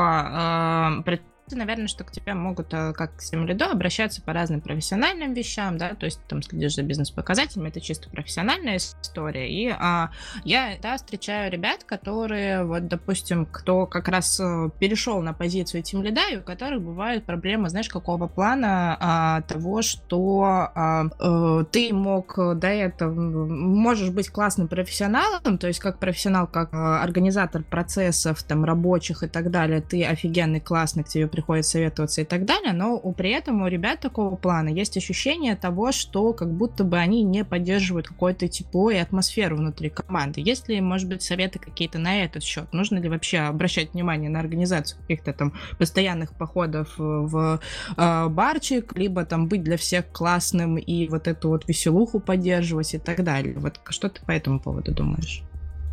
что наверное, что к тебе могут, как к тимлиду, обращаться по разным профессиональным вещам, да, то есть там следишь за бизнес-показателями, это чисто профессиональная история, и я, да, встречаю ребят, которые, вот, допустим, кто как раз перешел на позицию тимлида, и у которых бывают проблемы, знаешь, какого плана, того, что ты мог до этого, можешь быть классным профессионалом, то есть как профессионал, как организатор процессов, там, рабочих и так далее, ты офигенный, классный, к тебе приходит советоваться и так далее, но при этом у ребят такого плана есть ощущение того, что как будто бы они не поддерживают какое-то тепло и атмосферу внутри команды. Есть ли, может быть, советы какие-то на этот счет? Нужно ли вообще обращать внимание на организацию каких-то там постоянных походов в барчик, либо там быть для всех классным и вот эту вот веселуху поддерживать и так далее? Вот что ты по этому поводу думаешь?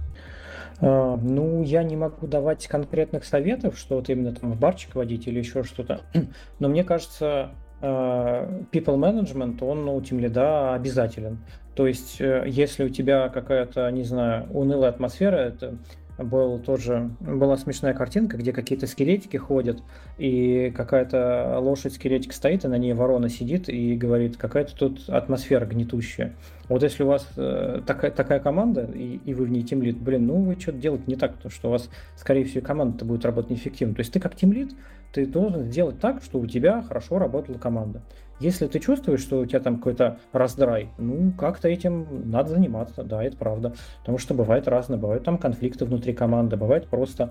Ну, я не могу давать конкретных советов, что вот именно там в барчик водить или еще что-то, но мне кажется, people management, он у тимлида обязателен. То есть, если у тебя какая-то, не знаю, унылая атмосфера, это была смешная картинка, где какие-то скелетики ходят, и какая-то лошадь-скелетик стоит, и на ней ворона сидит и говорит, какая-то тут атмосфера гнетущая. Вот если у вас такая команда, и вы в ней тимлид, блин, ну вы что-то делаете не так, потому что у вас, скорее всего, команда-то будет работать неэффективно. То есть ты как тимлид, ты должен сделать так, что у тебя хорошо работала команда. Если ты чувствуешь, что у тебя там какой-то раздрай, ну, как-то этим надо заниматься, да, это правда. Потому что бывает разное, бывают там конфликты внутри команды, бывает просто,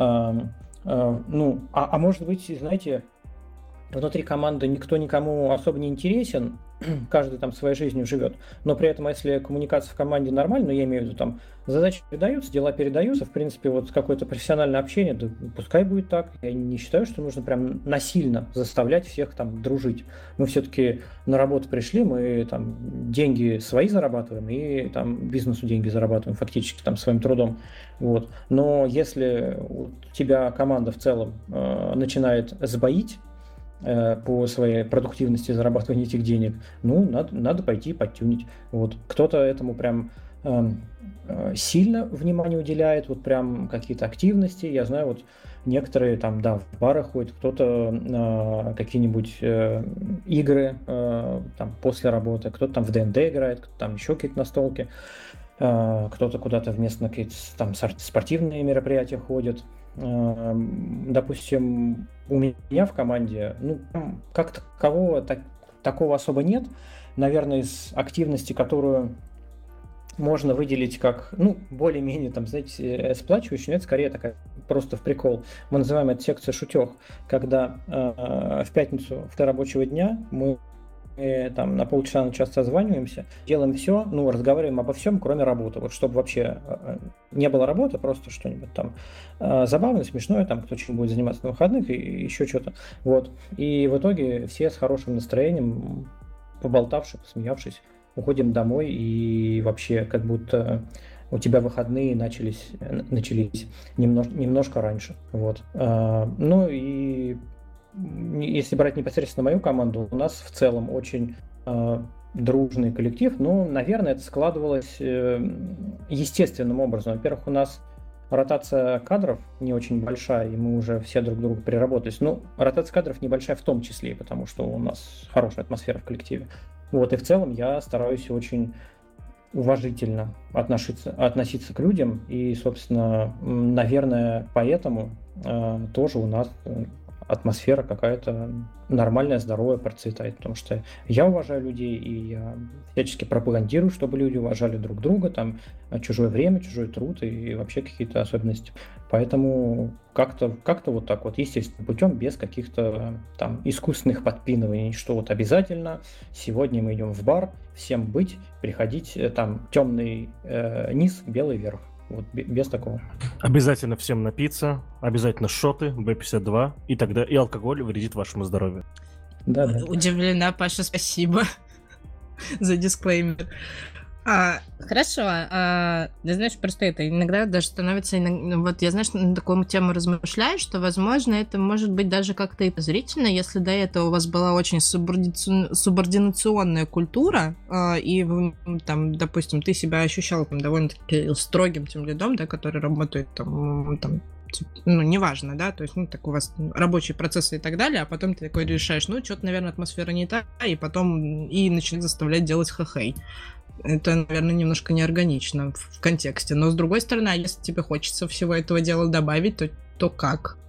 может быть, знаете, внутри команды никто никому особо не интересен, каждый там своей жизнью живет, но при этом, если коммуникация в команде нормальная, я имею в виду, там, задачи передаются, дела передаются, в принципе, вот какое-то профессиональное общение, да, пускай будет так. Я не считаю, что нужно прям насильно заставлять всех там дружить. Мы все-таки на работу пришли, мы там деньги свои зарабатываем и там бизнесу деньги зарабатываем фактически там своим трудом. Вот. Но если у тебя команда в целом начинает сбоить по своей продуктивности зарабатывания этих денег, ну, надо пойти подтюнить. Вот. Кто-то этому прям сильно внимание уделяет, вот прям какие-то активности. Я знаю, вот некоторые там, да, в бары ходят, кто-то какие-нибудь игры там после работы, кто-то там в ДНД играет, кто-то там еще какие-то настолки, кто-то куда-то вместо на какие-то там спортивные мероприятия ходит. Допустим, у меня в команде, ну, как такового такого особо нет. Наверное, из активности, которую можно выделить как, ну, более-менее, там, знаете, сплачивающую, но это скорее такая просто в прикол. Мы называем это секцию шутёх, когда в пятницу в рабочего дня мы там на полчаса на час созваниваемся, делаем все, ну, разговариваем обо всем, кроме работы. Вот чтобы вообще не было работы, просто что-нибудь там забавное, смешное, там кто чем будет заниматься на выходных и еще что-то. Вот. И в итоге все с хорошим настроением, поболтавши, посмеявшись, уходим домой, и вообще как будто у тебя выходные начались немножко раньше. Вот. Ну и если брать непосредственно мою команду, у нас в целом очень дружный коллектив. Ну, наверное, это складывалось естественным образом. Во-первых, у нас ротация кадров не очень большая, и мы уже все друг друга переработались. Ну, ротация кадров небольшая в том числе, потому что у нас хорошая атмосфера в коллективе. Вот, и в целом я стараюсь очень уважительно относиться к людям, и, собственно, наверное, поэтому тоже у нас атмосфера какая-то нормальная, здоровая процветает, потому что я уважаю людей, и я всячески пропагандирую, чтобы люди уважали друг друга, там, чужое время, чужой труд и вообще какие-то особенности. Поэтому как-то вот так вот, естественным путем, без каких-то там искусственных подпинываний, что вот обязательно сегодня мы идем в бар, всем быть, приходить, там, темный низ, белый верх. Вот без такого. Обязательно всем напиться, обязательно шоты, B52, и тогда и алкоголь вредит вашему здоровью. Да. Удивлена, Паша, спасибо за дисклеймер. Хорошо. Ты знаешь, просто это иногда даже становится... Вот я, знаешь, на такую тему размышляю, что, возможно, это может быть даже как-то и зрительно, если до этого у вас была очень субординационная культура, и вы, там, допустим, ты себя ощущал там довольно-таки строгим тем лидом, да, который работает там, ну, неважно, да, то есть, ну, так у вас рабочие процессы и так далее, а потом ты такой решаешь, ну, что-то, наверное, атмосфера не та, и потом и начинает заставлять делать хэ-хэй. Это, наверное, немножко неорганично в контексте. Но, с другой стороны, если тебе хочется всего этого дела добавить, то как?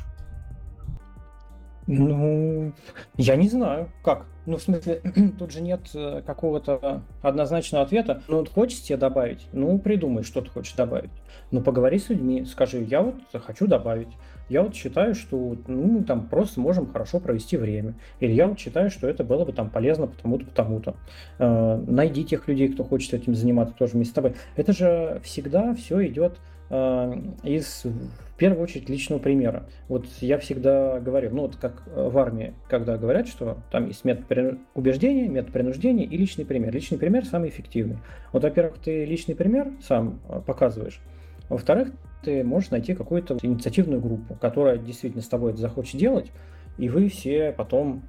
Ну, я не знаю, как. Ну, в смысле, тут же нет какого-то однозначного ответа. Ну, хочешь тебе добавить? Ну, придумай, что ты хочешь добавить. Ну, поговори с людьми, скажи, я вот хочу добавить. Я вот считаю, что, ну, там, просто можем хорошо провести время. Или я вот считаю, что это было бы там полезно потому-то, потому-то. Найди тех людей, кто хочет этим заниматься тоже вместе с тобой. Это же всегда все идет из, в первую очередь, личного примера. Вот я всегда говорю, ну вот как в армии, когда говорят, что там есть метод убеждения, метод принуждения и личный пример. Личный пример самый эффективный. Вот, во-первых, ты личный пример сам показываешь. Во-вторых, ты можешь найти какую-то инициативную группу, которая действительно с тобой это захочет делать, и вы все потом...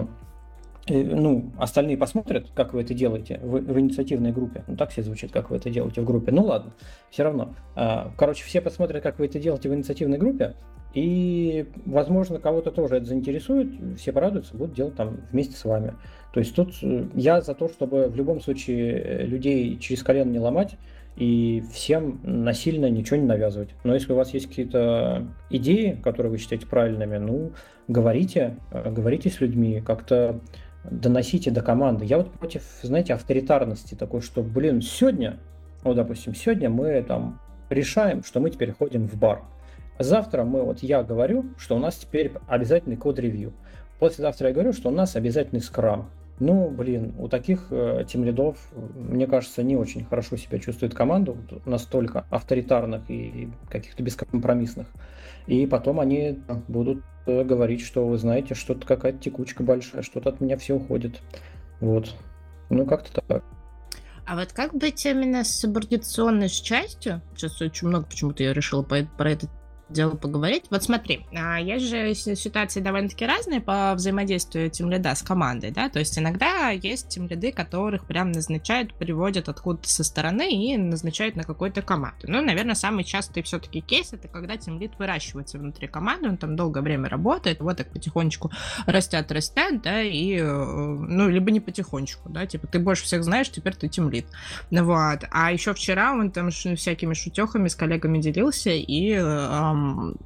ну, остальные посмотрят, как вы это делаете в инициативной группе. Ну, так все звучит, как вы это делаете в группе. Ну, ладно, все равно. Короче, все посмотрят, как вы это делаете в инициативной группе, и, возможно, кого-то тоже это заинтересует, все порадуются, будут делать там вместе с вами. То есть тут я за то, чтобы в любом случае людей через колено не ломать и всем насильно ничего не навязывать. Но если у вас есть какие-то идеи, которые вы считаете правильными, ну, говорите с людьми, как-то доносите до команды. Я вот против, знаете, авторитарности такой, что, блин, сегодня, вот, допустим, сегодня мы там решаем, что мы теперь ходим в бар. Завтра я говорю, что у нас теперь обязательный код-ревью. Послезавтра я говорю, что у нас обязательный скрам. Ну, блин, у таких тимлидов, мне кажется, не очень хорошо себя чувствует команда, настолько авторитарных и каких-то бескомпромиссных. И потом они будут говорить, что вы знаете, что-то какая-то текучка большая, что-то от меня все уходит. Вот. Ну, как-то так. А вот как быть именно с субординационной частью? Сейчас очень много почему-то я решила про это дело поговорить. Вот смотри, есть же ситуации довольно-таки разные по взаимодействию тимлида с командой, да, то есть иногда есть тимлиды, которых прям назначают, приводят откуда-то со стороны и назначают на какую-то команду. Ну, наверное, самый частый все-таки кейс — это когда тимлид выращивается внутри команды, он там долгое время работает, вот так потихонечку растят, да, и, ну, либо не потихонечку, да, типа ты больше всех знаешь, теперь ты тимлид. Вот. А еще вчера он там всякими шутехами с коллегами делился, и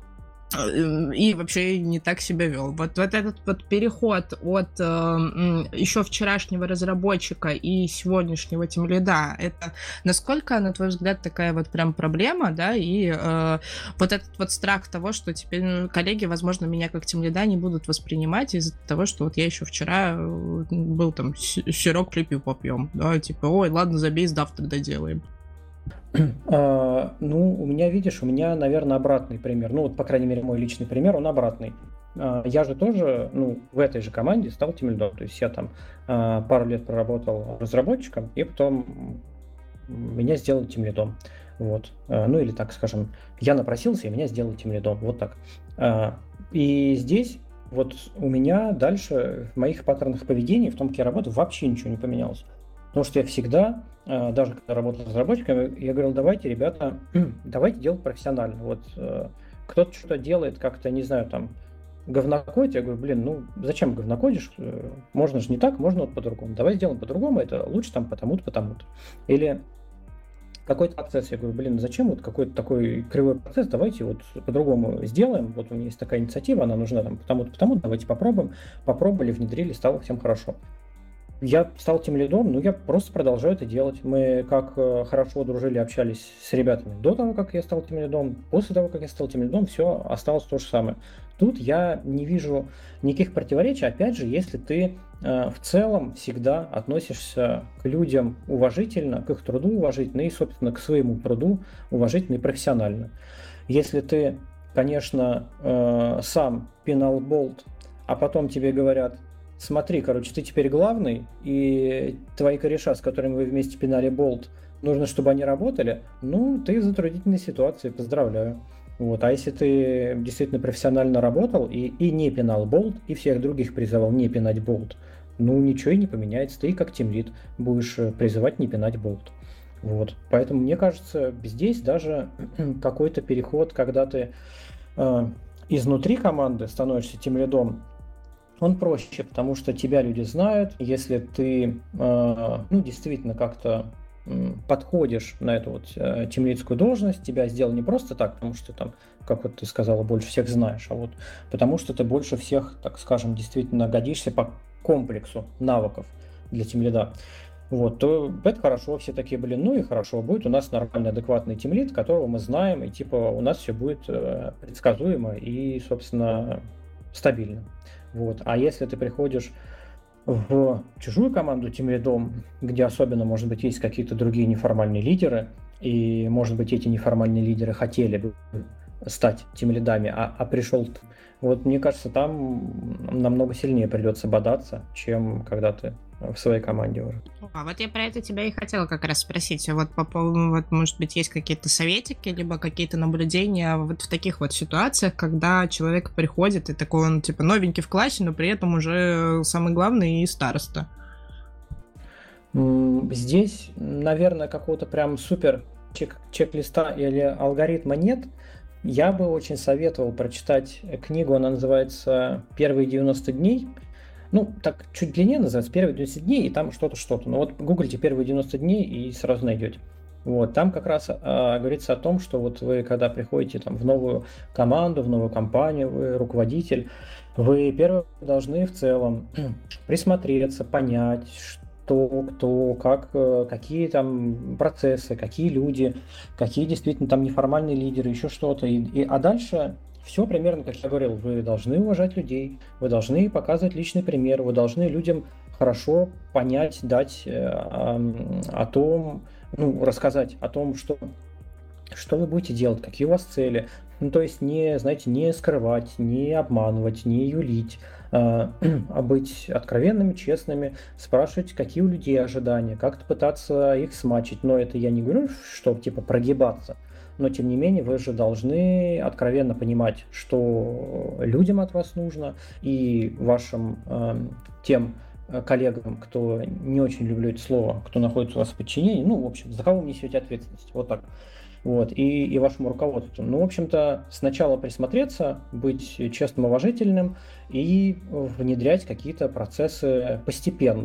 и вообще не так себя вел. Вот этот вот переход от еще вчерашнего разработчика и сегодняшнего тимлида, это насколько, на твой взгляд, такая вот прям проблема, да, и вот этот вот страх того, что теперь коллеги, возможно, меня как тимлида не будут воспринимать из-за того, что вот я еще вчера был там сырок клипи попьем, да, типа, ой, ладно, забей, завтра доделаем. Ну, у меня, наверное, обратный пример. Ну, вот, по крайней мере, мой личный пример, он обратный. Я же тоже, в этой же команде стал тимлидом. То есть я там пару лет проработал разработчиком, и потом меня сделали тимлидом. Вот. Ну, или так скажем, я напросился, и меня сделали тимлидом. Вот так. И здесь вот у меня дальше в моих паттернах поведения, в том, как я работаю, вообще ничего не поменялось. Потому что я всегда, даже когда работал разработчиком, я говорил, давайте, ребята, давайте делать профессионально. Вот кто-то что-то делает как-то, не знаю, там, говнокодить, я говорю, блин, зачем говнокодишь? Можно же не так, можно вот по-другому. Давай сделаем по-другому, это лучше там потому-то, потому-то. Или какой-то процесс, я говорю, блин, зачем вот какой-то такой кривой процесс, давайте вот по-другому сделаем. Вот у меня есть такая инициатива, она нужна там потому-то, потому-то, давайте попробуем. Попробовали, внедрили, стало всем хорошо. Я стал тимлидом, я просто продолжаю это делать. Мы как хорошо дружили, общались с ребятами до того, как я стал тимлидом. После того, как я стал тимлидом, все осталось то же самое. Тут я не вижу никаких противоречий, опять же, если ты в целом всегда относишься к людям уважительно, к их труду уважительно и, собственно, к своему труду уважительно и профессионально. Если ты, конечно, сам пинал болт, а потом тебе говорят, смотри, ты теперь главный, и твои кореша, с которыми вы вместе пинали болт, нужно, чтобы они работали, ты в затруднительной ситуации, поздравляю. Вот. А если ты действительно профессионально работал и не пинал болт, и всех других призывал не пинать болт, ничего и не поменяется. Ты как тимлид будешь призывать не пинать болт. Вот. Поэтому, мне кажется, здесь даже какой-то переход, когда ты изнутри команды становишься тимлидом, он проще, потому что тебя люди знают. Если ты действительно как-то подходишь на эту вот тимлидскую должность, тебя сделали не просто так, потому что там, как вот ты сказала, больше всех знаешь, а вот потому что ты больше всех, так скажем, действительно годишься по комплексу навыков для тимлида. Вот, то это хорошо, все такие, и хорошо, будет у нас нормальный, адекватный тимлид, которого мы знаем, и у нас все будет предсказуемо и, собственно, стабильно. Вот. А если ты приходишь в чужую команду тимлидом, где особенно, может быть, есть какие-то другие неформальные лидеры, и, может быть, эти неформальные лидеры хотели бы стать тимлидами, а пришел ты, вот мне кажется, там намного сильнее придется бодаться, чем когда ты в своей команде уже. А вот я про это тебя и хотела как раз спросить. Вот по поводу, может быть, есть какие-то советики, либо какие-то наблюдения вот в таких вот ситуациях, когда человек приходит и такой, он типа новенький в классе, но при этом уже самый главный и староста. Здесь, наверное, какого-то прям супер чек-листа или алгоритма нет. Я бы очень советовал прочитать книгу, она называется «Первые 90 дней». Так чуть длиннее называется, первые 90 дней, и там что-то. Вот гуглите первые 90 дней и сразу найдете. Вот, там как раз говорится о том, что вот вы, когда приходите там в новую команду, в новую компанию, вы руководитель, вы первые должны в целом присмотреться, понять, что, кто, как, какие там процессы, какие люди, какие действительно там неформальные лидеры, еще что-то. А дальше все примерно, как я говорил, вы должны уважать людей, вы должны показывать личный пример, вы должны людям хорошо понять, дать о том, рассказать о том, что вы будете делать, какие у вас цели. То есть не скрывать, не обманывать, не юлить, а быть откровенными, честными, спрашивать, какие у людей ожидания, как-то пытаться их смачить. Но это я не говорю, что типа прогибаться. Но, тем не менее, вы же должны откровенно понимать, что людям от вас нужно, и вашим тем коллегам, кто не очень люблю это слово, кто находится у вас в подчинении, в общем, за кого вы несете ответственность, вот так. Вот, и вашему руководству. В общем-то, сначала присмотреться, быть честным, уважительным и внедрять какие-то процессы постепенно.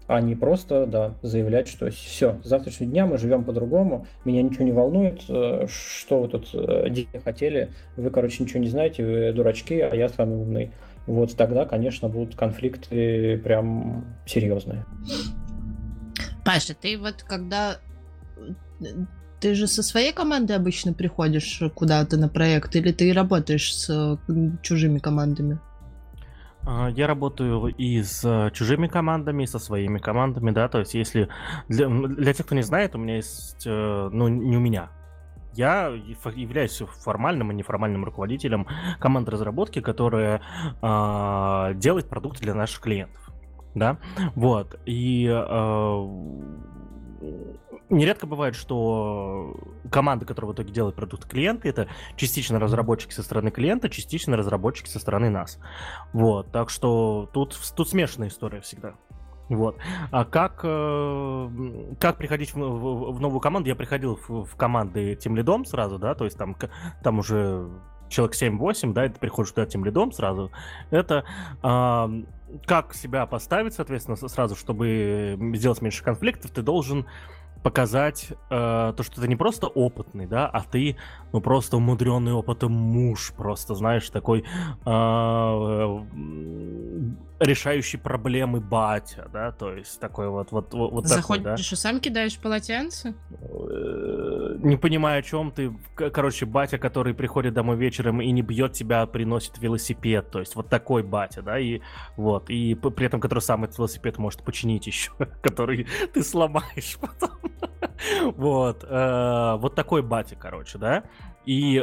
а не просто, да, заявлять, что все, с завтрашнего дня мы живем по-другому, меня ничего не волнует, что вы тут дети хотели, вы, короче, ничего не знаете, вы дурачки, а я самый умный. Вот тогда, конечно, будут конфликты прям серьезные. Паша, ты вот когда... Ты же со своей командой обычно приходишь куда-то на проект, или ты работаешь с чужими командами? Я работаю и с чужими командами, и со своими командами, да, то есть если... Для тех, кто не знает, у меня есть... Ну, не у меня. Я являюсь формальным и неформальным руководителем команды разработки, которая делает продукты для наших клиентов, да, вот, и... Нередко бывает, что команда, которая в итоге делает продукт клиента, это частично разработчики со стороны клиента, частично разработчики со стороны нас. Вот, так что тут смешанная история всегда. Вот. А как приходить в новую команду? Я приходил в команды тимлидом сразу, да, то есть там уже человек 7-8, да, и ты приходишь туда тимлидом сразу. Это как себя поставить, соответственно, сразу, чтобы сделать меньше конфликтов, ты должен показать то, что ты не просто опытный, да, а ты, ну, просто умудренный опытом муж, просто, знаешь, такой решающий проблемы батя, да, то есть такой вот Заходишь такой, да. и сам кидаешь полотенце? Не понимаю, о чем ты. Короче, батя, который приходит домой вечером и не бьет тебя, а приносит велосипед, то есть вот такой батя, да, и вот, и при этом, который сам этот велосипед может починить еще, который ты сломаешь потом. Вот, вот такой батя, короче, да, и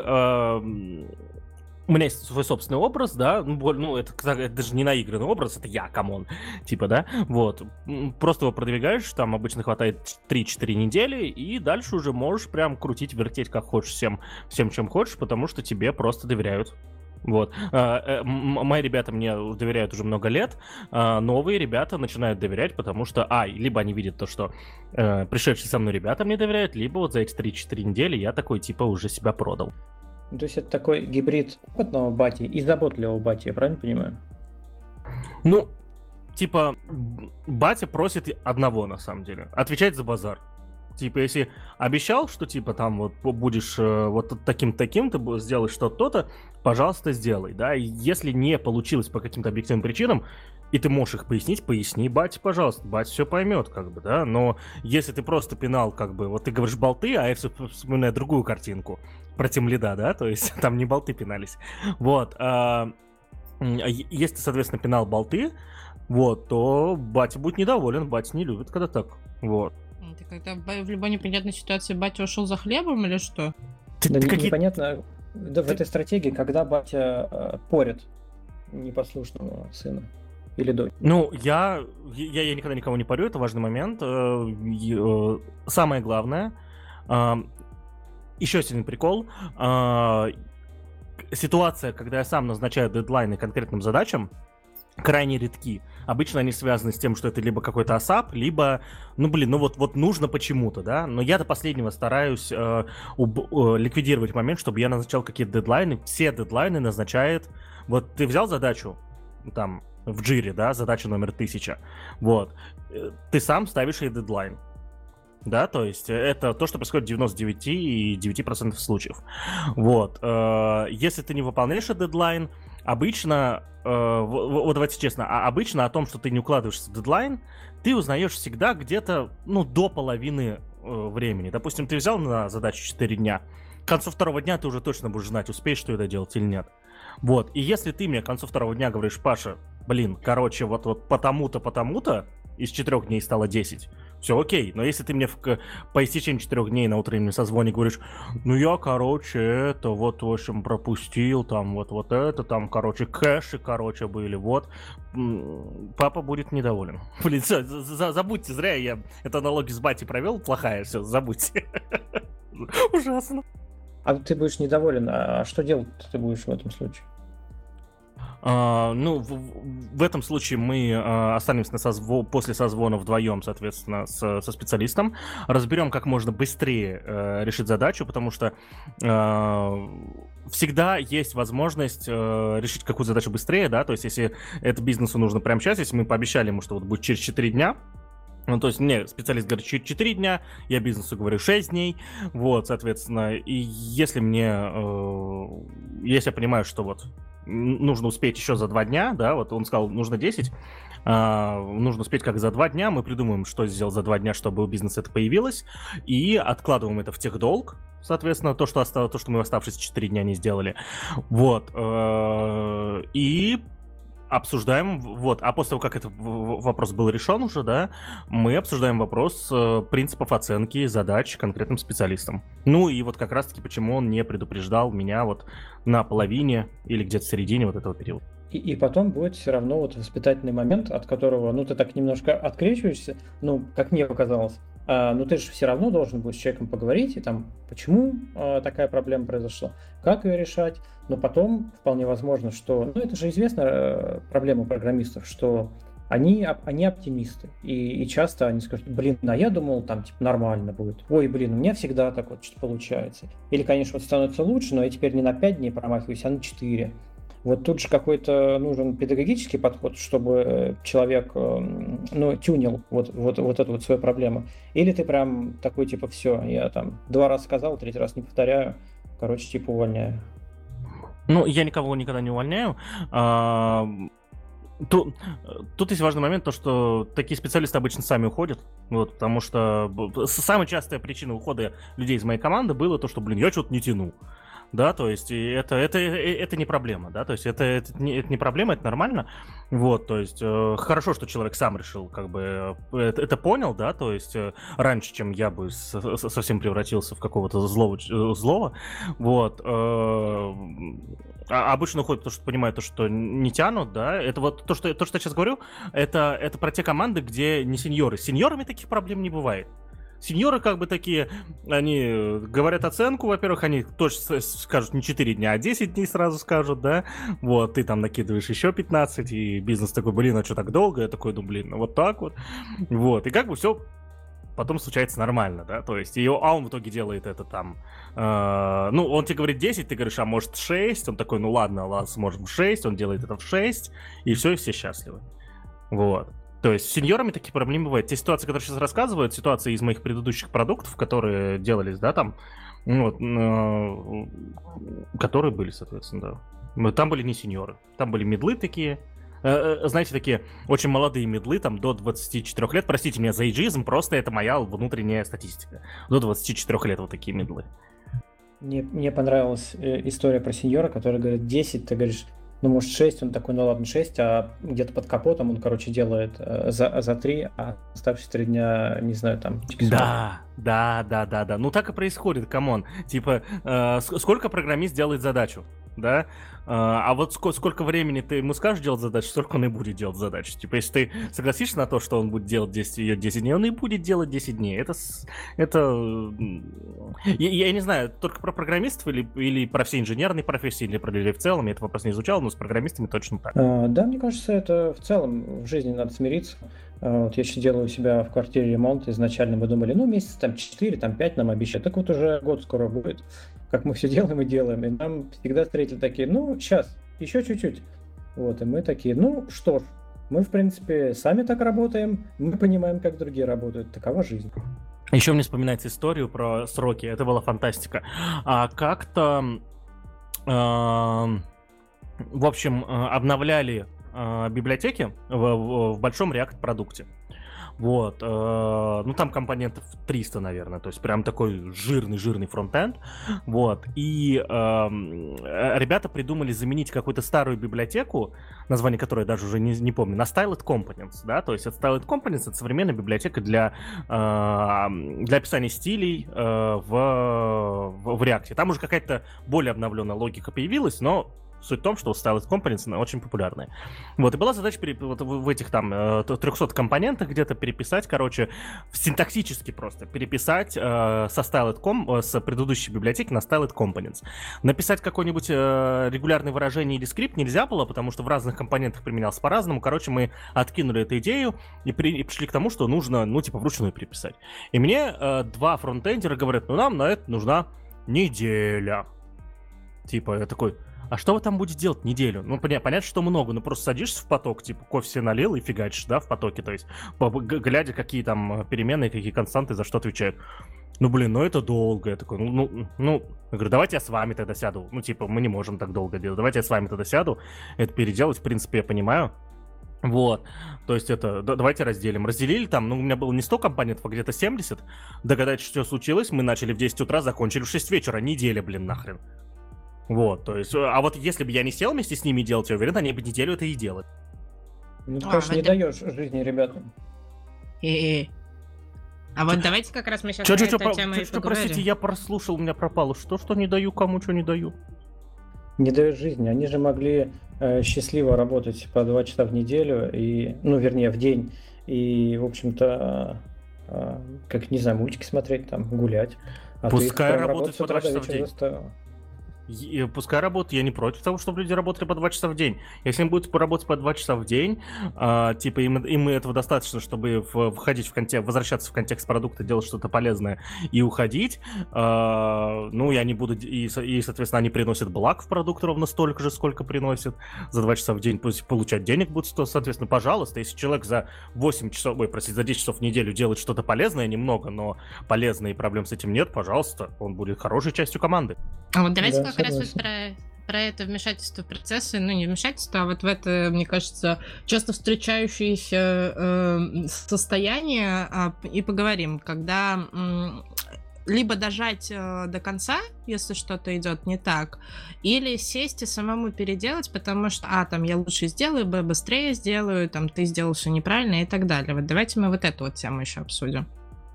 у меня есть свой собственный образ, да, ну, это даже не наигранный образ, это я, камон, типа, да, вот, просто его продвигаешь, там обычно хватает 3-4 недели, и дальше уже можешь прям крутить, вертеть как хочешь всем, чем хочешь, потому что тебе просто доверяют. Вот. Мои ребята мне доверяют уже много лет, новые ребята начинают доверять, потому что, либо они видят то, что пришедшие со мной ребята мне доверяют, либо вот за эти 3-4 недели я такой, типа, уже себя продал. То есть это такой гибрид опытного бати и заботливого бати, я правильно понимаю? Ну, типа, батя просит одного, на самом деле, отвечать за базар. Типа, если обещал, что, типа, там вот будешь вот таким-таким, ты сделаешь что-то, то-то, пожалуйста, сделай, да, и если не получилось по каким-то объективным причинам, и ты можешь их пояснить, поясни, батя, пожалуйста, батя все поймет, как бы, да, но если ты просто пинал, как бы, вот ты говоришь болты, а я все вспоминаю другую картинку про тимлида, да, то есть там не болты пинались, вот, если ты, соответственно, пинал болты, вот, то батя будет недоволен, батя не любит, когда так, вот. Ты когда в любой непонятной ситуации батя ушел за хлебом или что? Да, непонятно, да, в этой стратегии, когда батя порит непослушного сына или дочь. Ну, я никогда никого не порю, это важный момент. Самое главное, еще один прикол, ситуация, когда я сам назначаю дедлайны конкретным задачам, крайне редки. Обычно они связаны с тем, что это либо какой-то ASAP, либо, вот нужно почему-то, да. Но я до последнего стараюсь ликвидировать момент, чтобы я назначал какие-то дедлайны. Все дедлайны назначает... Вот ты взял задачу, там, в Jira, да, задача номер 1000, вот. Ты сам ставишь ей дедлайн. Да, то есть это то, что происходит в 99,9% случаев. Вот. Если ты не выполняешь этот дедлайн, обычно, вот давайте честно, обычно о том, что ты не укладываешься в дедлайн, ты узнаешь всегда где-то, до половины времени. Допустим, ты взял на задачу 4 дня, к концу второго дня ты уже точно будешь знать, успеешь ты это делать или нет. Вот, и если ты мне к концу второго дня говоришь, Паша, короче, вот потому-то, из 4 дней стало 10, все окей. Но если ты мне по истечении 4 дней на утреннем созвоне говоришь, я, это, вот, в общем, пропустил, там, вот это, там, кэши, были, вот, папа будет недоволен. Блин, все, забудьте, зря я эту аналогию с батей провел, плохая, все, забудьте. Ужасно. А ты будешь недоволен, а что делать ты будешь в этом случае? В этом случае мы останемся после созвона вдвоем, соответственно, со специалистом. Разберем, как можно быстрее решить задачу, потому что всегда есть возможность решить какую-то задачу быстрее, да, то есть если это бизнесу нужно прямо сейчас, если мы пообещали ему, что вот будет через 4 дня, Ну, то есть мне специалист говорит 4 дня, я бизнесу говорю 6 дней, вот, соответственно, и если если я понимаю, что вот нужно успеть еще за 2 дня, да, вот он сказал, нужно 10, нужно успеть как за 2 дня, мы придумаем, что сделать за 2 дня, чтобы у бизнеса это появилось, и откладываем это в техдолг, соответственно, то, что мы оставшиеся 4 дня не сделали, вот, и обсуждаем, вот, а после того, как этот вопрос был решен уже, да, мы обсуждаем вопрос принципов оценки задач конкретным специалистам. Ну и вот как раз-таки, почему он не предупреждал меня вот на половине или где-то в середине вот этого периода. И потом будет все равно вот воспитательный момент, от которого, ну, ты так немножко открещиваешься, ну, как мне показалось, но ты же все равно должен будешь с человеком поговорить, и там, почему такая проблема произошла, как ее решать, но потом вполне возможно, что, ну, это же известная проблема программистов, что они оптимисты, и часто они скажут, блин, а я думал, там, типа, нормально будет, ой, блин, у меня всегда так вот что-то получается, или, конечно, вот становится лучше, но я теперь не на 5 дней промахиваюсь, а на 4. Вот тут же какой-то нужен педагогический подход, чтобы человек, ну, тюнил вот эту вот свою проблему. Или ты прям такой, типа, все, я там 2 раза сказал, 3 раз не повторяю, короче, типа, увольняю. Ну, я никого никогда не увольняю. Тут есть важный момент, то, что такие специалисты обычно сами уходят, вот, потому что самая частая причина ухода людей из моей команды было то, что, блин, я что-то не тяну. Да, то есть это не проблема, да, то есть это не проблема, это нормально, вот, то есть хорошо, что человек сам решил, как бы, это понял, да, то есть раньше, чем я бы совсем превратился в какого-то злого, вот, обычно уходят, потому что понимают, что не тянут, да, это вот то, что я сейчас говорю, это про те команды, где не сеньоры, с сеньорами таких проблем не бывает. Сеньоры как бы такие, они говорят оценку, во-первых, они точно скажут не 4 дня, а 10 дней сразу скажут, да, вот, ты там накидываешь еще 15, и бизнес такой, блин, а что так долго? Я такой, ну, блин, ну, вот так вот, и как бы все потом случается нормально, да, то есть, он в итоге делает это там, ну, он тебе говорит 10, ты говоришь, а может 6, он такой, ну, ладно, сможем в 6, он делает это в 6, и все счастливы, вот. То есть с сеньорами таких проблем не бывает. Те ситуации, которые сейчас рассказывают, ситуации из моих предыдущих продуктов, которые делались, да, там, вот, которые были, соответственно, да. Там были не сеньоры, там были мидлы такие, знаете, такие очень молодые мидлы, там, до 24 лет. Простите меня за эйджизм, просто это моя внутренняя статистика. До 24 лет вот такие мидлы. Мне понравилась история про сеньора, который говорит 10, ты говоришь, ну, может, 6, он такой, ну ладно, 6, а где-то под капотом он, короче, делает за 3, а оставшиеся 3 дня, не знаю, там... Да. Ну, так и происходит, камон. Типа, сколько программист делает задачу, да? А вот сколько времени ты ему скажешь делать задачу, столько он и будет делать задачу. Типа, если ты согласишься на то, что он будет делать 10 дней, он и будет делать 10 дней. Это... Я не знаю, только про программистов или про все инженерные профессии, или про людей в целом, я этот вопрос не изучал, но с программистами точно так. Да, мне кажется, это в целом в жизни надо смириться. Вот я сейчас делаю у себя в квартире ремонт, изначально мы думали, ну, месяц там 4, там 5 нам обещают, так вот уже год скоро будет, как мы все делаем и делаем, и нам всегда строители такие, ну, сейчас, еще чуть-чуть, вот, и мы такие, ну, что ж, мы, в принципе, сами так работаем, мы понимаем, как другие работают, такова жизнь. Еще мне вспоминается историю про сроки, это была фантастика. Как-то, в общем, обновляли библиотеки в большом React-продукте. Вот. Ну, там компонентов 300, наверное. То есть прям такой жирный фронтенд. Вот. И ребята придумали заменить какую-то старую библиотеку, название которой я даже уже не помню, на Styled Components. Да? То есть Styled Components — это современная библиотека для описания стилей в React. Там уже какая-то более обновленная логика появилась, но суть в том, что Styled Components очень популярные. Вот, и была задача вот в этих там 300 компонентах где-то переписать, короче, синтаксически просто переписать с предыдущей библиотеки на Styled Components. Написать какое-нибудь регулярное выражение или скрипт нельзя было, потому что в разных компонентах применялся по-разному. Короче, мы откинули эту идею и пришли к тому, что нужно, ну, типа, вручную переписать. И мне 2 фронтендера говорят, ну, нам на это нужна неделя. Типа, я такой... а что вы там будете делать неделю? Ну, понятно, что много, но просто садишься в поток, типа кофе себе налил и фигачишь, да, в потоке, то есть глядя, какие там перемены, какие константы за что отвечают. Ну, блин, ну это долго. Я такой, я говорю, давайте я с вами тогда сяду. Ну, типа, мы не можем так долго делать. Давайте я с вами тогда сяду, это переделать, в принципе, я понимаю. Вот, то есть это, давайте разделим. Разделили там, у меня было не 100 компонентов, а где-то 70. Догадайтесь, что случилось, мы начали в 10 утра, закончили в 6 вечера. Неделя, блин, нахрен. Вот, то есть, а вот если бы я не сел вместе с ними делать, я уверен, они бы неделю это и делали. Ну, ты, конечно, не даешь жизни ребятам. А вот давайте как раз мы сейчас про эту тему и поговорим. Простите, я прослушал, у меня пропало. Что не даю, кому что не даю? Не дают жизни. Они же могли счастливо работать по 2 часа в неделю, в день, и, в общем-то, как, не знаю, мультики смотреть, там, гулять. А пускай работают по 2 часа в день. И пускай работают, я не против того, чтобы люди работали по 2 часа в день. Если им будут работать по 2 часа в день, типа им этого достаточно, чтобы входить в контекст, возвращаться в контекст продукта, делать что-то полезное и уходить, и они будут, и, соответственно, они приносят благ в продукт ровно столько же, сколько приносят за 2 часа в день, пусть получать денег будут, соответственно, пожалуйста, если человек за 10 часов в неделю делает что-то полезное, немного, но полезное, и проблем с этим нет, пожалуйста, он будет хорошей частью команды. А вот давайте как раз вот про это вмешательство в процессы, не вмешательство, а вот в это, мне кажется, часто встречающееся состояние, и поговорим, когда либо дожать до конца, если что-то идет не так, или сесть и самому переделать, потому что, там я лучше сделаю, быстрее сделаю, там ты сделал все неправильно и так далее. Вот давайте мы вот эту вот тему еще обсудим.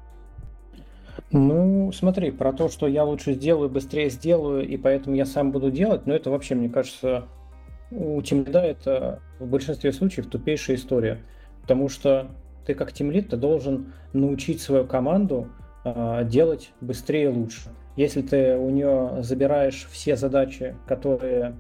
Ну, смотри, про то, что я лучше сделаю, быстрее сделаю, и поэтому я сам буду делать, это вообще, мне кажется, у тимлида это в большинстве случаев тупейшая история. Потому что ты как тимлид, ты должен научить свою команду делать быстрее и лучше. Если ты у нее забираешь все задачи, которые,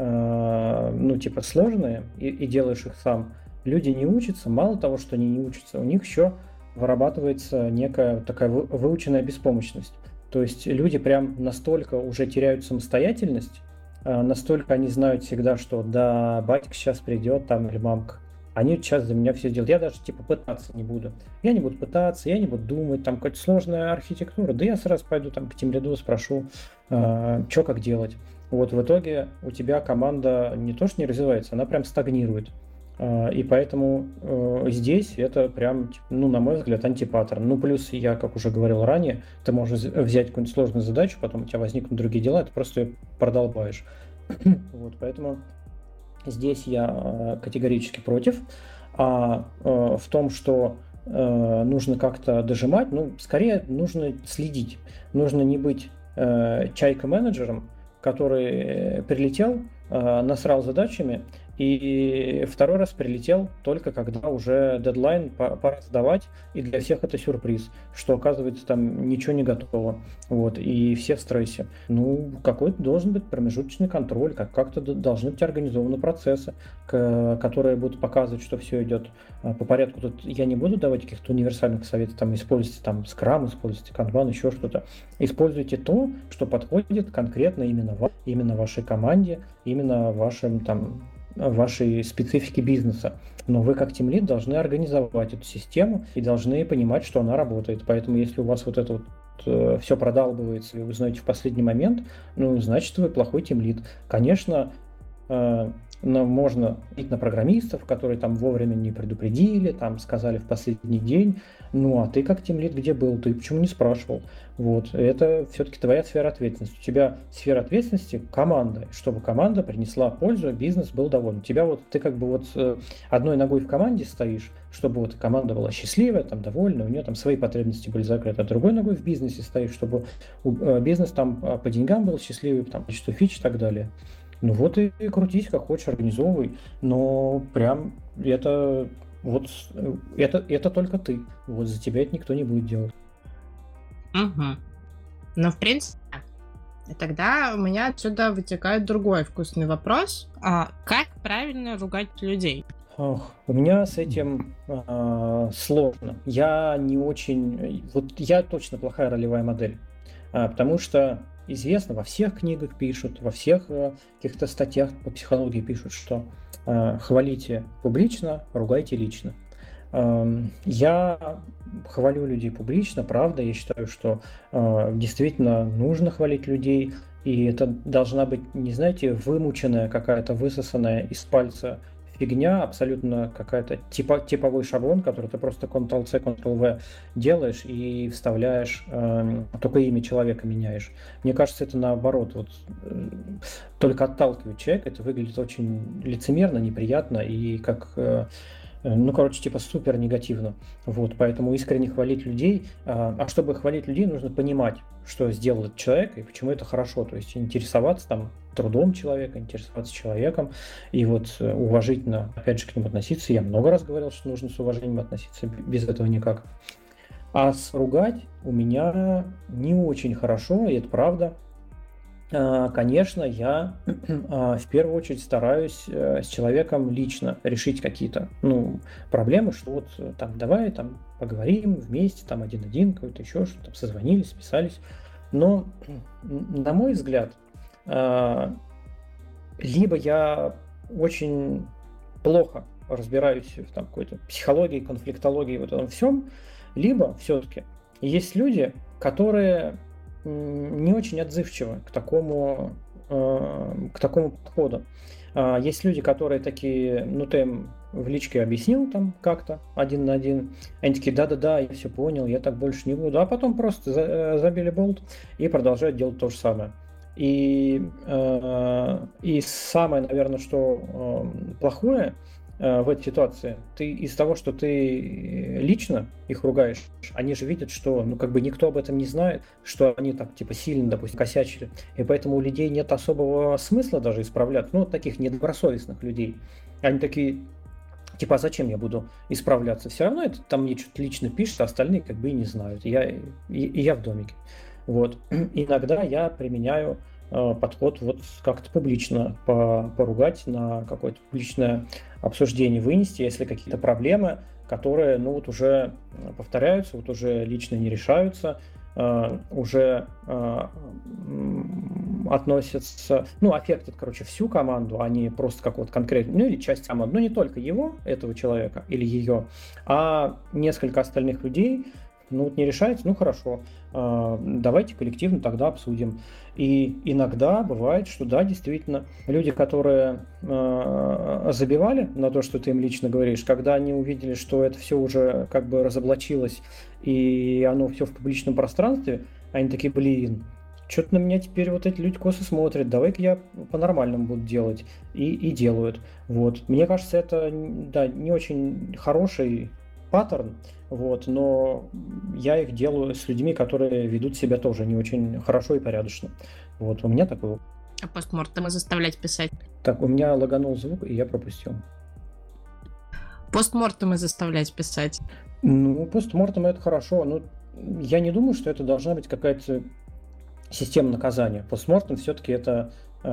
сложные, и делаешь их сам, люди не учатся, мало того, что они не учатся, у них еще вырабатывается некая такая выученная беспомощность. То есть люди прям настолько уже теряют самостоятельность, настолько они знают всегда, что да, батька сейчас придет там или мамка, они сейчас за меня все делают. Я даже пытаться не буду. Я не буду пытаться, я не буду думать, там какая-то сложная архитектура. Да я сразу пойду там к тимлиду, спрошу, что как делать. Вот в итоге у тебя команда не то что не развивается, она прям стагнирует. И поэтому здесь это прям, на мой взгляд, антипаттерн. Плюс я, как уже говорил ранее, ты можешь взять какую-нибудь сложную задачу, потом у тебя возникнут другие дела, ты просто ее продолбаешь. Вот, поэтому здесь я категорически против. А в том, что нужно как-то дожимать, скорее нужно следить. Нужно не быть чайка-менеджером, который прилетел, насрал задачами, и второй раз прилетел только когда уже дедлайн пора сдавать, и для всех это сюрприз, что оказывается там ничего не готово, вот, и все в стрессе. Какой-то должен быть промежуточный контроль, как-то должны быть организованы процессы, которые будут показывать, что все идет по порядку. Тут я не буду давать каких-то универсальных советов, используйте Scrum, используйте Kanban, еще что-то. Используйте то, что подходит конкретно именно вам, именно вашей команде, именно вашей специфике бизнеса. Но вы как тимлид должны организовать эту систему и должны понимать, что она работает. Поэтому если у вас вот это все продалбывается, и вы узнаете в последний момент, значит, вы плохой тимлид. Конечно, можно бить на программистов, которые вовремя не предупредили, сказали в последний день. А ты как тимлид где был? Ты почему не спрашивал? Вот, это все-таки твоя сфера ответственности. У тебя сфера ответственности команда, чтобы команда принесла пользу, бизнес был доволен. У тебя ты одной ногой в команде стоишь, чтобы команда была счастливая, довольна, у нее свои потребности были закрыты, а другой ногой в бизнесе стоишь, чтобы бизнес по деньгам был счастливый, количество фич и так далее. И крутись как хочешь, организовывай, но прям это только ты. За тебя это никто не будет делать. Угу. В принципе, тогда у меня отсюда вытекает другой вкусный вопрос. Как правильно ругать людей? У меня с этим сложно. Я не очень... я точно плохая ролевая модель. Потому что известно, во всех книгах пишут, во всех каких-то статьях по психологии пишут, что хвалите публично, ругайте лично. Я хвалю людей публично, правда, я считаю, что действительно нужно хвалить людей, и это должна быть, не знаете, вымученная какая-то, высосанная из пальца фигня, абсолютно какая-то типовой шаблон, который ты просто Ctrl-C, Ctrl-V делаешь и вставляешь, только имя человека меняешь. Мне кажется, это наоборот, вот, только отталкивает человека, это выглядит очень лицемерно, неприятно и как... Ну, короче, типа супер негативно. Вот, поэтому искренне хвалить людей. А чтобы хвалить людей, нужно понимать, что сделал этот человек и почему это хорошо. То есть интересоваться там трудом человека, интересоваться человеком и вот уважительно, опять же, к нему относиться. Я много раз говорил, что нужно с уважением относиться, без этого никак. А ругать у меня не очень хорошо, и это правда. Конечно, я в первую очередь стараюсь с человеком лично решить какие-то проблемы, что вот там давай там поговорим вместе, там один-один, какой-то еще что-то, там созвонились, списались. Но, на мой взгляд, либо я очень плохо разбираюсь в там, какой-то психологии, конфликтологии, вот этом всем, либо все-таки есть люди, которые не очень отзывчивы к такому подходу. Есть люди, которые такие, ты им в личке объяснил там как-то один на один, они такие, да-да-да, я все понял, я так больше не буду, а потом просто забили болт и продолжают делать то же самое. И самое, наверное, что плохое в этой ситуации, ты из того, что ты лично их ругаешь, они же видят, что никто об этом не знает, что они так сильно, допустим, косячили, и поэтому у людей нет особого смысла даже исправляться, таких недобросовестных людей. Они такие, а зачем я буду исправляться? Все равно это там мне что-то лично пишет, а остальные и не знают, и я в домике. Вот. Иногда я применяю подход вот как-то публично поругать, на какое-то публичное обсуждение вынести, если какие-то проблемы, которые уже повторяются, уже лично не решаются, уже относятся, аффектят, всю команду, а не просто какого-то конкретного, или часть команды, не только этого человека или ее, а несколько остальных людей. Не решается, хорошо, давайте коллективно тогда обсудим. И иногда бывает, что да, действительно, люди, которые забивали на то, что ты им лично говоришь, когда они увидели, что это все уже разоблачилось, и оно все в публичном пространстве, они такие, что-то на меня теперь вот эти люди косо смотрят, давай-ка я по-нормальному буду делать. И делают. Вот. Мне кажется, это не очень хороший паттерн, но я их делаю с людьми, которые ведут себя тоже не очень хорошо и порядочно. Вот, у меня такое. А постмортемы заставлять писать? Так, у меня лаганул звук, и я пропустил. Постмортемы заставлять писать? Постмортемы это хорошо, но я не думаю, что это должна быть какая-то система наказания. Постмортем все-таки это,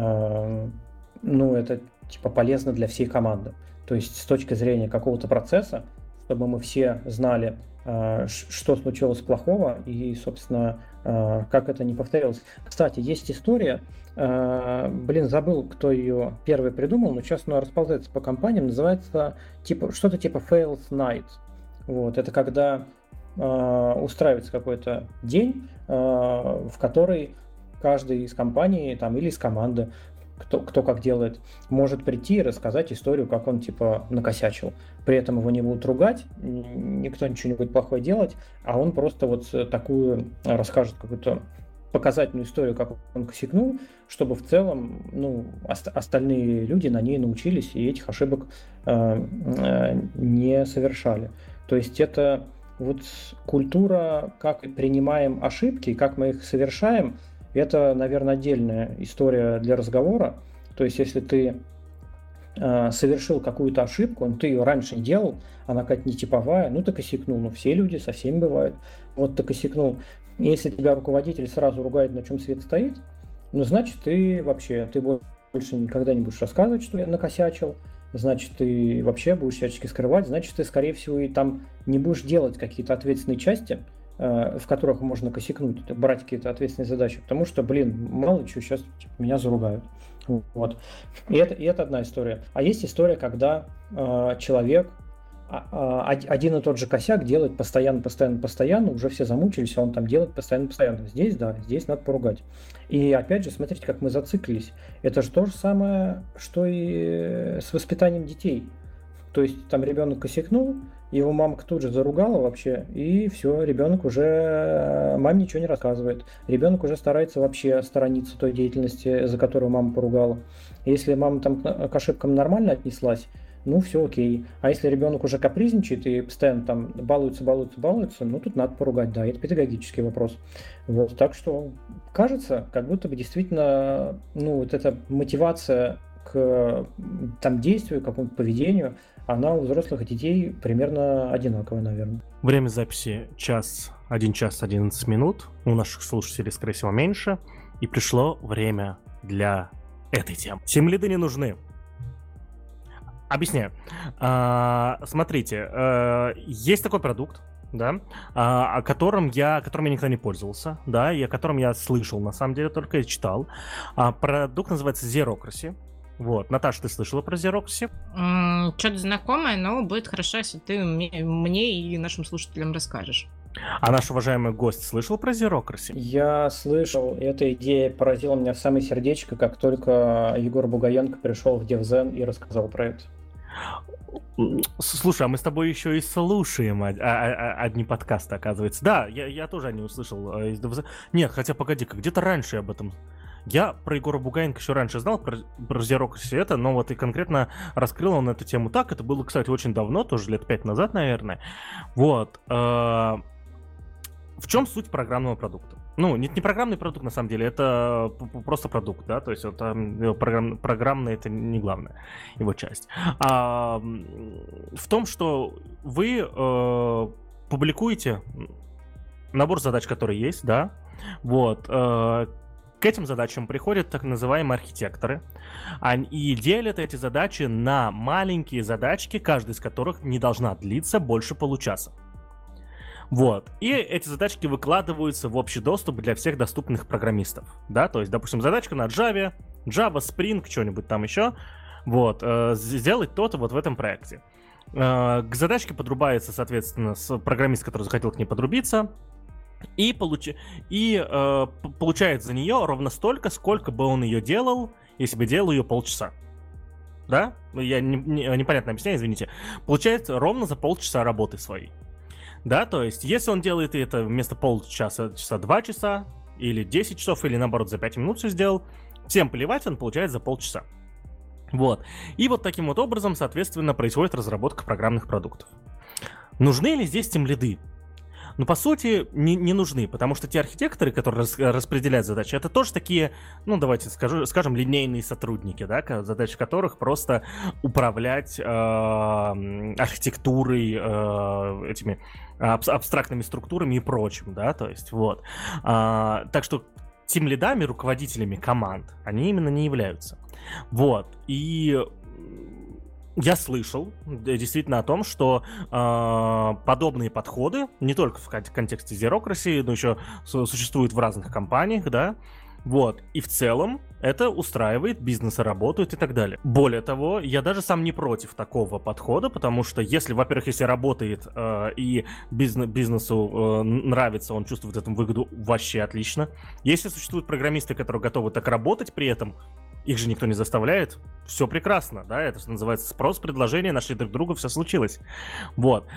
это полезно для всей команды. То есть с точки зрения какого-то процесса, чтобы мы все знали, что случилось плохого и, собственно, как это не повторилось. Кстати, есть история, забыл, кто ее первый придумал, но сейчас она расползается по компаниям, называется что-то типа Fails Night. Вот, это когда устраивается какой-то день, в который каждый из компаний или из команды, кто как делает, может прийти и рассказать историю, как он накосячил. При этом его не будут ругать, никто ничего не будет плохое делать, а он просто такую расскажет какую-то показательную историю, как он косякнул, чтобы в целом остальные люди на ней научились и этих ошибок не совершали. То есть это культура, как принимаем ошибки, как мы их совершаем, это, наверное, отдельная история для разговора. То есть, если ты совершил какую-то ошибку, ты ее раньше не делал, она какая-то нетиповая, ты косякнул. Все люди, со всеми бывает. Вот ты косякнул. Если тебя руководитель сразу ругает, на чем свет стоит, значит, ты больше никогда не будешь рассказывать, что я накосячил. Значит, ты вообще будешь всячески скрывать. Значит, ты, скорее всего, и там не будешь делать какие-то ответственные части, в которых можно косякнуть, брать какие-то ответственные задачи, потому что, мало чего, сейчас меня заругают. Вот. И это одна история. А есть история, когда человек один и тот же косяк делает постоянно, уже все замучились, а он там делает постоянно. Здесь надо поругать. И опять же, смотрите, как мы зациклились. Это же то же самое, что и с воспитанием детей. То есть там ребенок косякнул, его мамка тут же заругала вообще, и все, ребенок уже маме ничего не рассказывает. Ребенок уже старается вообще сторониться той деятельности, за которую мама поругала. Если мама там к ошибкам нормально отнеслась, ну все окей. А если ребенок уже капризничает и постоянно там балуется, ну тут надо поругать, да, это педагогический вопрос. Вот, так что кажется, как будто бы действительно, вот эта мотивация к там действию, к какому-то поведению, она у взрослых и детей примерно одинаковая, наверное. Время записи 1 час 11 минут. У наших слушателей, скорее всего, меньше. И пришло время для этой темы. Тимлиды не нужны. Объясняю. Смотрите, есть такой продукт, да, которым я никогда не пользовался, да, и о котором я слышал, на самом деле, только и читал. Продукт называется Xerocracy. Вот, Наташа, ты слышала про Xerocracy? Что-то знакомое, но будет хорошо, если ты мне и нашим слушателям расскажешь. А наш уважаемый гость слышал про Xerocracy? Я слышал, эта идея поразила меня в самое сердечко, как только Егор Бугаенко пришел в DevZen и рассказал про это. Слушай, а мы с тобой еще и слушаем одни подкасты, оказывается. Да, я тоже о ней услышал из DevZen. Нет, хотя погоди-ка, где-то раньше я об этом... Я про Егора Бугаенко еще раньше знал, про Xerocracy это, но вот и конкретно раскрыл он эту тему так. Это было, кстати, очень давно, тоже лет 5 назад, наверное. Вот. В чем суть программного продукта? Ну, не программный продукт, на самом деле, это просто продукт, да, то есть вот, программный это не главная его часть. В том, что вы публикуете набор задач, которые есть, да, вот, к этим задачам приходят так называемые архитекторы и делят эти задачи на маленькие задачки, каждая из которых не должна длиться больше получаса. Вот. И эти задачки выкладываются в общий доступ для всех доступных программистов. Да, то есть, допустим, задачка на Java, Spring, что-нибудь там еще. Вот. Сделать то-то вот в этом проекте. К задачке подрубается, соответственно, программист, который захотел к ней подрубиться. И получает за нее ровно столько, сколько бы он ее делал, если бы делал ее полчаса. Да? Я непонятно объясняю, извините. Получается ровно за полчаса работы своей. Да, то есть, если он делает это вместо полчаса, 2 часа, или 10 часов, или наоборот за 5 минут все сделал, всем плевать, он получает за полчаса. Вот. И вот таким вот образом, соответственно, происходит разработка программных продуктов. Нужны ли здесь тимлиды? Ну, по сути, не нужны, потому что те архитекторы, которые распределяют задачи, это тоже такие, ну, давайте скажем, линейные сотрудники, да, задача которых просто управлять архитектурой, этими абстрактными структурами и прочим, да, то есть, вот. Так что тимлидами, руководителями команд, они именно не являются. Вот, и... Я слышал действительно о том, что подобные подходы, не только в контексте Xerocracy, но еще существуют в разных компаниях, да, вот, и в целом это устраивает, бизнесы работают и так далее. Более того, я даже сам не против такого подхода, потому что если, во-первых, если работает и бизнесу нравится, он чувствует в этом выгоду, вообще отлично. Если существуют программисты, которые готовы так работать при этом, их же никто не заставляет. Все прекрасно, да, это что называется спрос, предложение, нашли друг друга, все случилось. Вот.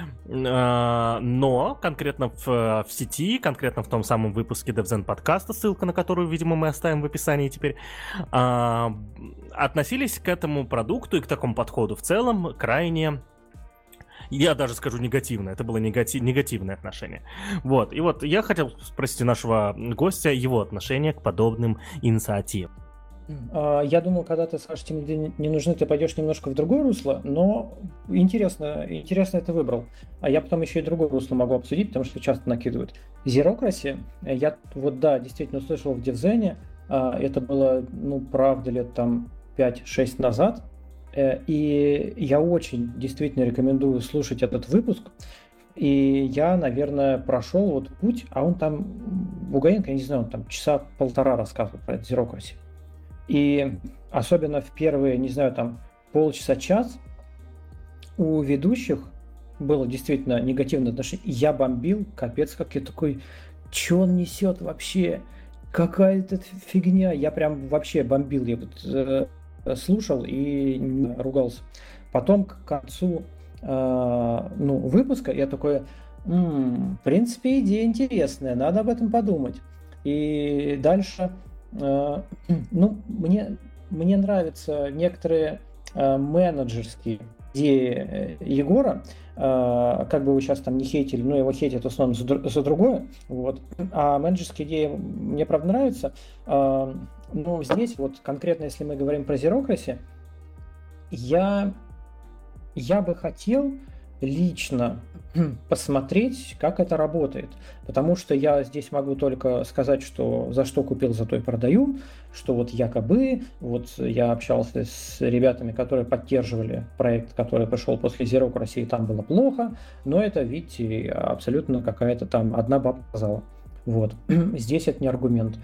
Но конкретно в сети, конкретно в том самом выпуске DevZen подкаста, ссылка на которую, видимо, мы оставим в описании теперь, относились к этому продукту и к такому подходу в целом крайне... Я даже скажу негативно, это было негативное отношение. Вот, и вот я хотел спросить у нашего гостя его отношение к подобным инициативам. Я думал, когда ты скажешь, тимлиды не нужны, ты пойдешь немножко в другое русло, но интересно это выбрал. А я потом еще и другое русло могу обсудить, потому что часто накидывают. Xerocracy, я вот да, действительно услышал в DevZen, это было, ну, правда, лет там 5-6 назад, и я очень действительно рекомендую слушать этот выпуск. И я, наверное, прошел вот путь, а он там, Бугаенко, я не знаю, он там часа полтора рассказывал про это Zerocracy. И особенно в первые, не знаю, там полчаса-час у ведущих было действительно негативное отношение. Я бомбил, капец, как я такой, что он несет вообще? Какая-то фигня. Я прям вообще бомбил, я вот слушал и ругался. Потом к концу выпуска я такой, в принципе, идея интересная, надо об этом подумать. И дальше, мне нравятся некоторые менеджерские идеи Егора, как бы вы сейчас там не хейтили, но его хейтят в основном за другое, вот. А менеджерские идеи мне, правда, нравятся. Но здесь вот конкретно, если мы говорим про Zerocracy, я бы хотел лично посмотреть, как это работает. Потому что я здесь могу только сказать, что за что купил, за то и продаю, что вот якобы, вот я общался с ребятами, которые поддерживали проект, который пришел после Zerocracy, и там было плохо, но это, видите, абсолютно какая-то там одна бабка сказала. Вот. Здесь это не аргумент.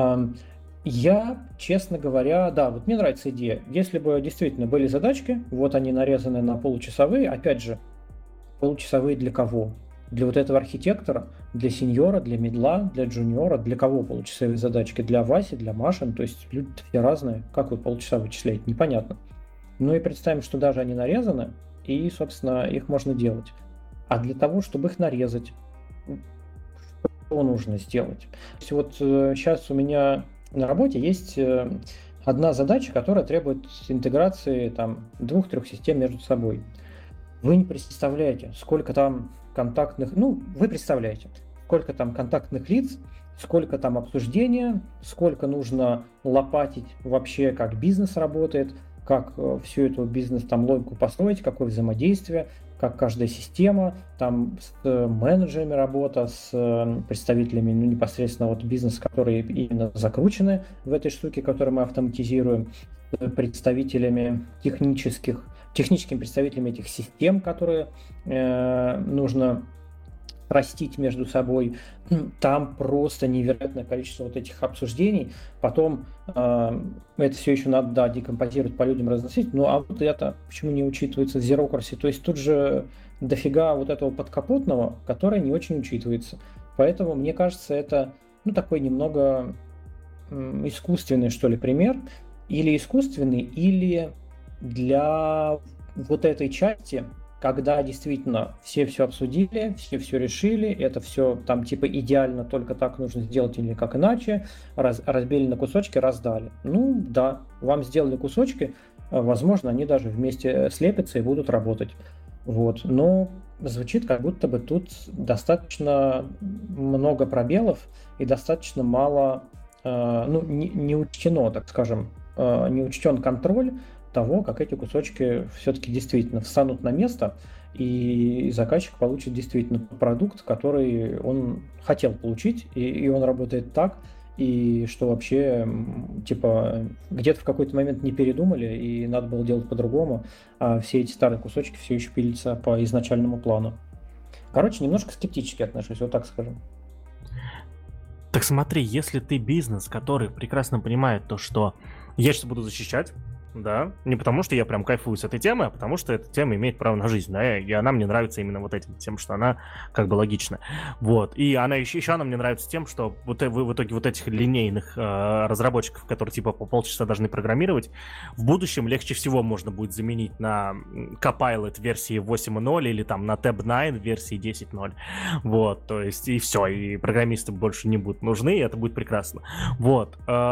Я, честно говоря, да, вот мне нравится идея. Если бы действительно были задачки, вот они нарезаны на получасовые, опять же, получасовые для кого? Для вот этого архитектора, для сеньора, для мидла, для джуниора, для кого получасовые задачки? Для Васи, для Маши, то есть люди все разные. Как вы полчаса вычисляете? Непонятно. Ну и представим, что даже они нарезаны, и, собственно, их можно делать. А для того, чтобы их нарезать, что нужно сделать? То есть вот сейчас у меня на работе есть одна задача, которая требует интеграции там 2-3 систем между собой. Вы не представляете, сколько там контактных, вы представляете, сколько там контактных лиц, сколько там обсуждения, сколько нужно лопатить вообще, как бизнес работает, как всю эту бизнес там логику построить, какое взаимодействие, как каждая система, там с менеджерами работа, с представителями непосредственно вот бизнеса, которые именно закручены в этой штуке, которую мы автоматизируем, представителями техническими представителями этих систем, которые нужно растить между собой. Там просто невероятное количество вот этих обсуждений. Потом это все еще надо, декомпозировать, по людям разносить. Ну а вот это почему не учитывается в Zerocracy? То есть тут же дофига вот этого подкапотного, которое не очень учитывается. Поэтому, мне кажется, это такой немного искусственный, что ли, пример. Или искусственный, или для вот этой части, когда действительно все обсудили, все решили, это все там типа идеально, только так нужно сделать или как иначе, разбили на кусочки, раздали. Ну да, вам сделали кусочки, возможно, они даже вместе слепятся и будут работать. Вот. Но звучит, как будто бы тут достаточно много пробелов и достаточно мало, не учтено, так скажем, не учтен контроль того, как эти кусочки все-таки действительно встанут на место, и заказчик получит действительно продукт, который он хотел получить, и он работает так, и что вообще, типа, где-то в какой-то момент не передумали, и надо было делать по-другому, а все эти старые кусочки все еще пилятся по изначальному плану. Короче, немножко скептически отношусь, вот так скажем. Так смотри, если ты бизнес, который прекрасно понимает то, что я сейчас буду защищать, да, не потому что я прям кайфую с этой темы, а потому что эта тема имеет право на жизнь, да, и она мне нравится именно вот этим, тем, что она как бы логична. Вот, и она еще она мне нравится тем, что вот в итоге вот этих линейных разработчиков, которые типа по полчаса должны программировать, в будущем легче всего можно будет заменить на Copilot версии 8.0 или там на Tab9 версии 10.0. Вот, то есть и все, и программисты больше не будут нужны, и это будет прекрасно. Вот,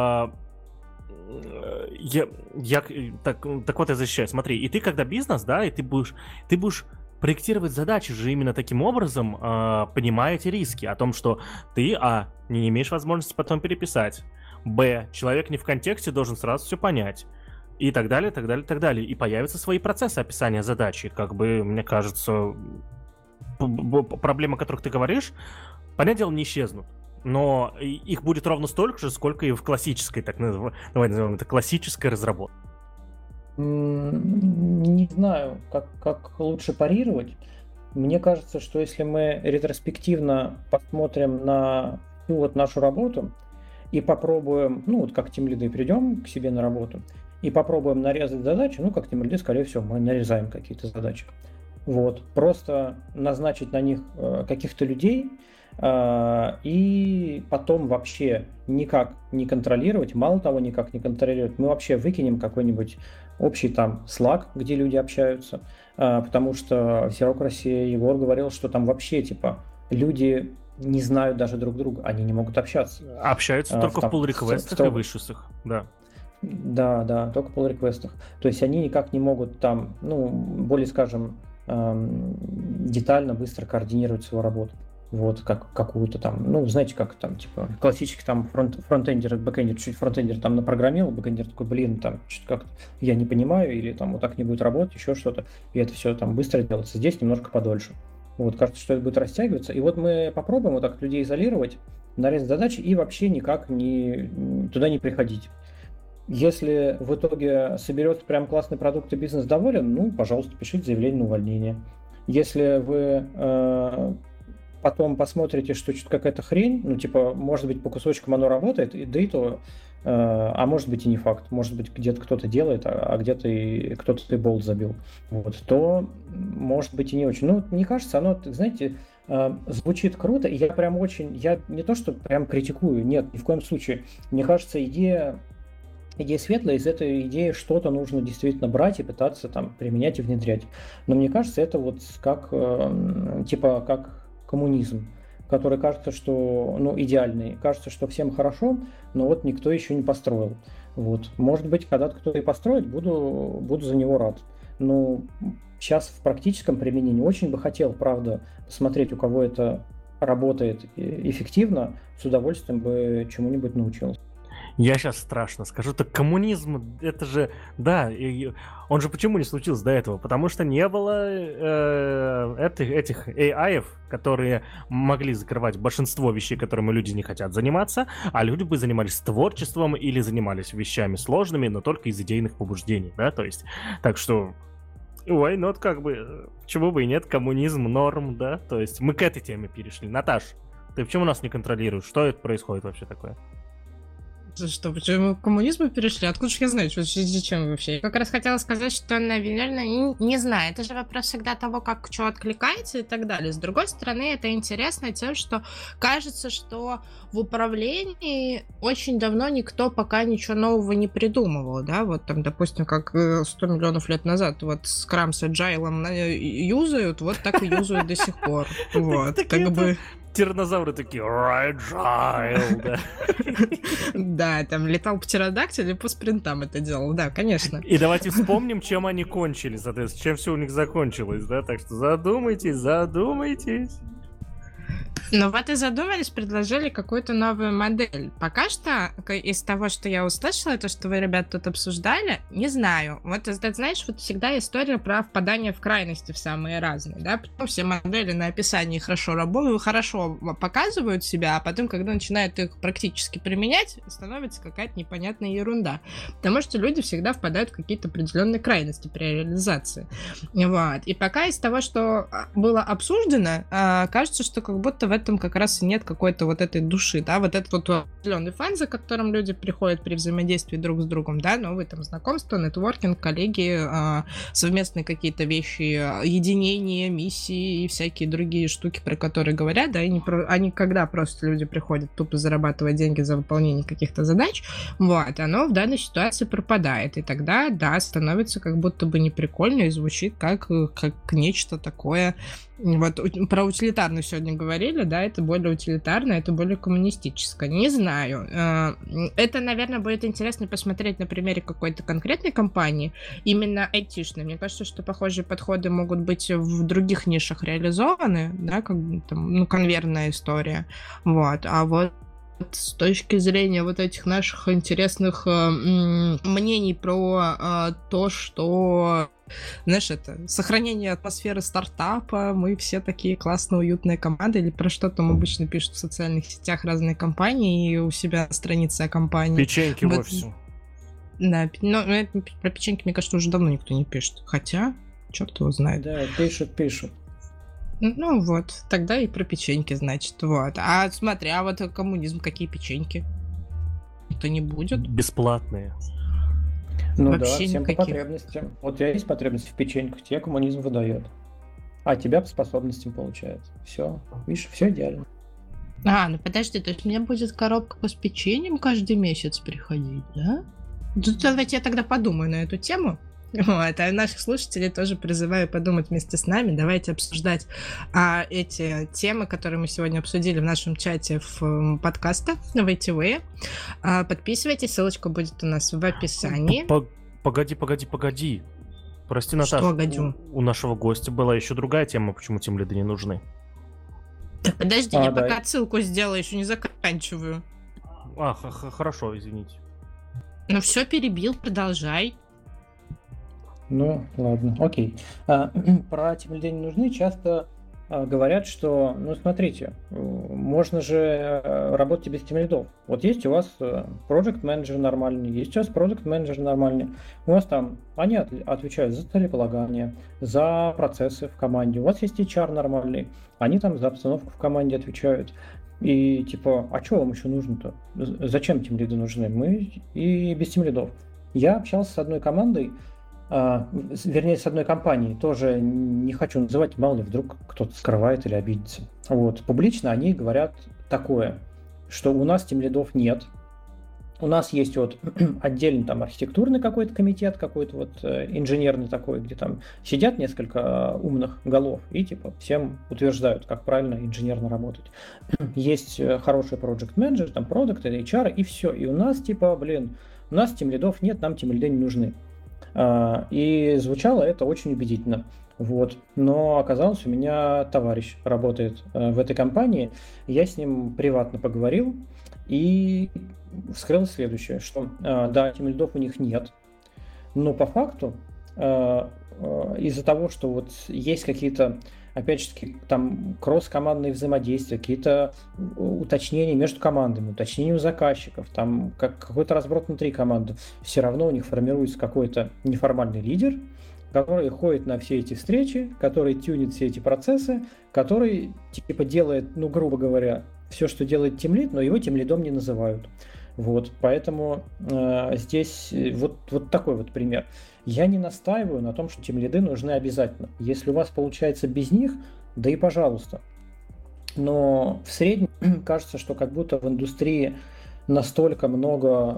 так вот я защищаю. Смотри, и ты когда бизнес, да, и ты будешь проектировать задачи же именно таким образом, понимая эти риски о том, что ты, не имеешь возможности потом переписать, человек не в контексте должен сразу все понять, и так далее, так далее, так далее. И появятся свои процессы описания задачи. Как бы, мне кажется, проблемы, о которых ты говоришь, понятное дело, не исчезнут. Но их будет ровно столько же, сколько и в классической, давай назовем это, классической разработке. Не знаю, как лучше парировать. Мне кажется, что если мы ретроспективно посмотрим на всю вот нашу работу и попробуем, ну вот как тимлиды придем к себе на работу и попробуем нарезать задачи, ну как тимлиды, скорее всего, мы нарезаем какие-то задачи. Вот, просто назначить на них каких-то людей и потом вообще никак не контролировать, мало того, никак не контролировать, мы вообще выкинем какой-нибудь общий там Slack, где люди общаются, потому что в Xerox Егор говорил, что там вообще типа люди не знают даже друг друга, они не могут общаться. Общаются только в pull-реквестах и вышесах, да. Да, только в pull-реквестах. То есть они никак не могут там, ну, более, скажем, детально, быстро координировать свою работу. Вот, как какую-то там, ну, знаете, как там, типа, классический там фронтендер, бэкэндер, чуть фронтендер там напрограммировал, бэкэндер такой, блин, там, что-то как-то я не понимаю, или там вот так не будет работать, еще что-то, и это все там быстро делается, здесь немножко подольше. Вот, кажется, что это будет растягиваться, и вот мы попробуем вот так людей изолировать, нарезать задачи и вообще никак туда не приходить. Если в итоге соберется прям классный продукт и бизнес доволен, ну, пожалуйста, пишите заявление на увольнение. Если вы потом посмотрите, что что-то какая-то хрень, ну, типа, может быть, по кусочкам оно работает, да и то, а может быть и не факт, может быть, где-то кто-то делает, а где-то и кто-то и болт забил, вот, то, может быть, и не очень. Ну, мне кажется, оно, знаете, звучит круто, и я не то, что прям критикую, нет, ни в коем случае. Мне кажется, идея светлая, из этой идеи что-то нужно действительно брать и пытаться там применять и внедрять. Но мне кажется, это вот как коммунизм, который кажется, что, ну, идеальный, кажется, что всем хорошо, но вот никто еще не построил. Вот. Может быть, когда-то кто-то и построит, буду за него рад. Но сейчас в практическом применении очень бы хотел, правда, посмотреть, у кого это работает эффективно, с удовольствием бы чему-нибудь научился. Я сейчас страшно скажу, так коммунизм, это же, да, он же почему не случился до этого? Потому что не было этих AI-ев, которые могли закрывать большинство вещей, которыми люди не хотят заниматься, а люди бы занимались творчеством или занимались вещами сложными, но только из идейных побуждений, да, то есть, так что... Why not, как бы, чего бы и нет, коммунизм, норм, да, то есть мы к этой теме перешли. Наташ, ты почему нас не контролируешь? Что это происходит вообще такое? Что, почему мы к коммунизму перешли? Откуда же я знаю, зачем вообще? Я как раз хотела сказать, что, наверное, не знаю, это же вопрос всегда того, как что откликается и так далее. С другой стороны, это интересно тем, что кажется, что в управлении очень давно никто пока ничего нового не придумывал, да, вот там, допустим, как 100 миллионов лет назад вот Scrum с Agile юзают, вот так и юзают до сих пор. Вот, как бы... Тираннозавры такие, agile, да. Да, там летал птеродактиль и по спринтам это делал, да, конечно. И давайте вспомним, чем они кончили, соответственно, чем все у них закончилось, да, так что задумайтесь. Ну вот и задумались, предложили какую-то новую модель. Пока что, из того, что я услышала, то, что вы, ребят, тут обсуждали, не знаю. Вот, ты знаешь, вот всегда история про впадание в крайности в самые разные, да? Потом все модели на описании хорошо работают, хорошо показывают себя, а потом, когда начинают их практически применять, становится какая-то непонятная ерунда. Потому что люди всегда впадают в какие-то определенные крайности при реализации. Вот. И пока из того, что было обсуждено, кажется, что как будто в этом как раз и нет какой-то вот этой души, да, вот этот вот определенный фан, за которым люди приходят при взаимодействии друг с другом, да, новые там знакомства, нетворкинг, коллеги, совместные какие-то вещи, единение, миссии и всякие другие штуки, про которые говорят, да, они когда просто люди приходят тупо зарабатывать деньги за выполнение каких-то задач, вот, оно в данной ситуации пропадает, и тогда, да, становится как будто бы неприкольно и звучит как нечто такое. Вот про утилитарную сегодня говорили, да, это более утилитарно, это более коммунистическое. Не знаю. Это, наверное, будет интересно посмотреть на примере какой-то конкретной компании, именно айтишной. Мне кажется, что похожие подходы могут быть в других нишах реализованы, да, как там, ну, конвейерная история. Вот. А вот с точки зрения вот этих наших интересных мнений про то, что, знаешь, это сохранение атмосферы стартапа, мы все такие классные, уютные команды, или про что там обычно пишут в социальных сетях разные компании и у себя страницы о компании. Печеньки в офисе. Да, но про печеньки, мне кажется, уже давно никто не пишет. Хотя, черт его знает. Да, пишут. Ну вот, тогда и про печеньки, значит, вот. А смотри, а вот коммунизм, какие печеньки? Это не будет? Бесплатные. Ну Вообще да, всем по никаких. потребностям. Вот у тебя есть потребность в печеньках, тебе коммунизм выдает. А тебя по способностям получается. Все, видишь, все идеально. Ну подожди, то есть мне будет коробка с печеньем каждый месяц приходить, да? Давайте я тогда подумаю на эту тему. Вот, а наших слушателей тоже призываю подумать вместе с нами. Давайте обсуждать эти темы, которые мы сегодня обсудили в нашем чате в подкаста в ITV. Подписывайтесь, ссылочка будет у нас в описании. Погоди. Прости, Наташа, Что, Гадю? у нашего гостя была еще другая тема, почему тимлиды не нужны. Так, подожди, А, я да. пока отсылку сделаю, еще не заканчиваю. Хорошо, извините. Ну все, перебил, продолжай. Ну, ладно, окей. Про тимлиды не нужны часто говорят, что, ну, смотрите, можно же работать и без тимлидов. Вот есть у вас project менеджер нормальный, есть у вас продукт менеджер нормальный. У вас там, они отвечают за целеполагание, за процессы в команде. У вас есть HR нормальный, они там за обстановку в команде отвечают. И типа, а что вам еще нужно-то? Зачем тимлиды нужны? Мы и без тимлидов. Я общался с одной командой, вернее, с одной компанией, тоже не хочу называть, мало ли вдруг кто-то скрывает или обидится. Вот, публично они говорят такое, что у нас тимлидов нет, у нас есть вот отдельный там архитектурный какой-то комитет, какой-то вот инженерный такой, где там сидят несколько умных голов и типа всем утверждают, как правильно инженерно работать. Есть хороший project менеджер, там продукт, HR и все. И у нас типа, у нас тимлидов нет, нам тимлиды не нужны. И звучало это очень убедительно. Вот. Но оказалось, у меня товарищ работает в этой компании. Я с ним приватно поговорил и вскрыл следующее, что да, тимлидов у них нет, но по факту из-за того, что вот есть какие-то, опять же, там кросс-командные взаимодействия, какие-то уточнения между командами, уточнения у заказчиков, там какой-то разброд внутри команды, все равно у них формируется какой-то неформальный лидер, который ходит на все эти встречи, который тюнит все эти процессы, который типа делает, ну, грубо говоря, все, что делает тимлид, но его тимлидом не называют. Вот, поэтому здесь вот такой вот пример. Я не настаиваю на том, что тимлиды нужны обязательно. Если у вас получается без них, да и пожалуйста. Но в среднем кажется, что как будто в индустрии настолько много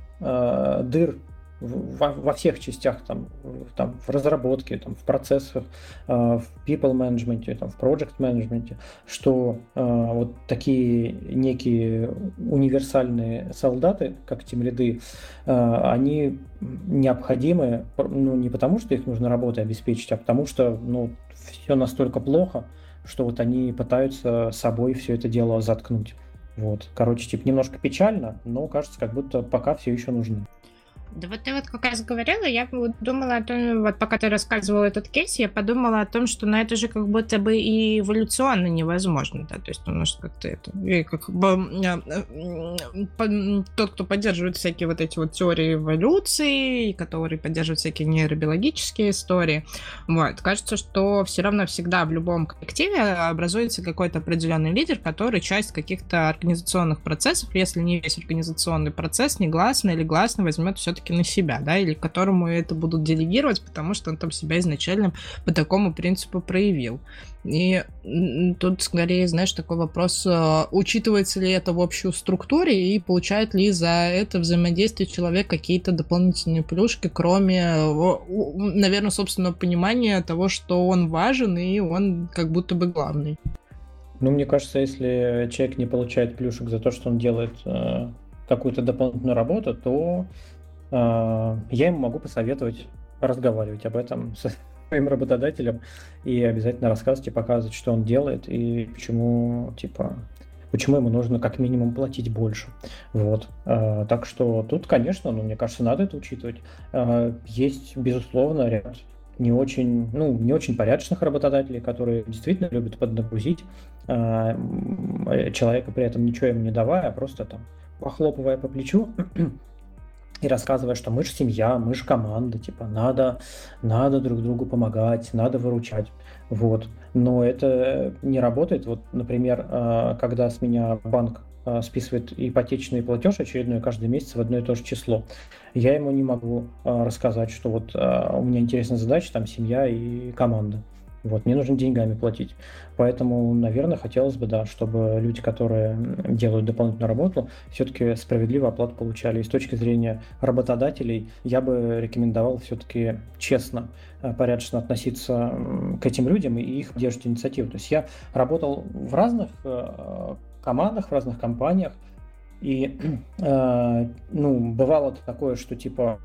дыр во всех частях, там в разработке, там, в процессах, в people management, там, в project management, что вот такие некие универсальные солдаты, как тимлиды, они необходимы, ну, не потому, что их нужно работой обеспечить, а потому что, ну, все настолько плохо, что вот они пытаются собой все это дело заткнуть. Вот. Короче, типа немножко печально, но кажется, как будто пока все еще нужны. Да вот ты вот как раз говорила, я вот думала о том, вот пока ты рассказывала этот кейс, я подумала о том, что на это же как будто бы и эволюционно невозможно, да, то есть, может, как-то это, и как бы тот, кто поддерживает всякие вот эти вот теории эволюции, которые поддерживают всякие нейробиологические истории, вот, кажется, что все равно всегда в любом коллективе образуется какой-то определенный лидер, который часть каких-то организационных процессов, если не весь организационный процесс, негласно или гласно возьмет все-таки на себя, да, или которому это будут делегировать, потому что он там себя изначально по такому принципу проявил. И тут скорее, знаешь, такой вопрос, учитывается ли это в общей структуре и получает ли за это взаимодействие человек какие-то дополнительные плюшки, кроме, наверное, собственного понимания того, что он важен и он как будто бы главный. Ну, мне кажется, если человек не получает плюшек за то, что он делает какую-то дополнительную работу, то я ему могу посоветовать разговаривать об этом со своим работодателем и обязательно рассказывать и показывать, что он делает и почему ему нужно как минимум платить больше. Вот. Так что тут, конечно, мне кажется, надо это учитывать. Есть, безусловно, ряд не очень порядочных работодателей, которые действительно любят поднагрузить человека, при этом ничего ему не давая, а просто там похлопывая по плечу и рассказывая, что мы же семья, мы же команда, типа, надо друг другу помогать, надо выручать, вот. Но это не работает. Вот, например, когда с меня банк списывает ипотечный платеж очередной каждый месяц в одно и то же число, я ему не могу рассказать, что вот у меня интересная задача, там, семья и команда. Вот, мне нужно деньгами платить. Поэтому, наверное, хотелось бы, да, чтобы люди, которые делают дополнительную работу, все-таки справедливо оплату получали. И с точки зрения работодателей я бы рекомендовал все-таки честно, порядочно относиться к этим людям и их поддерживать инициативу. То есть я работал в разных командах, в разных компаниях, и бывало такое, что типа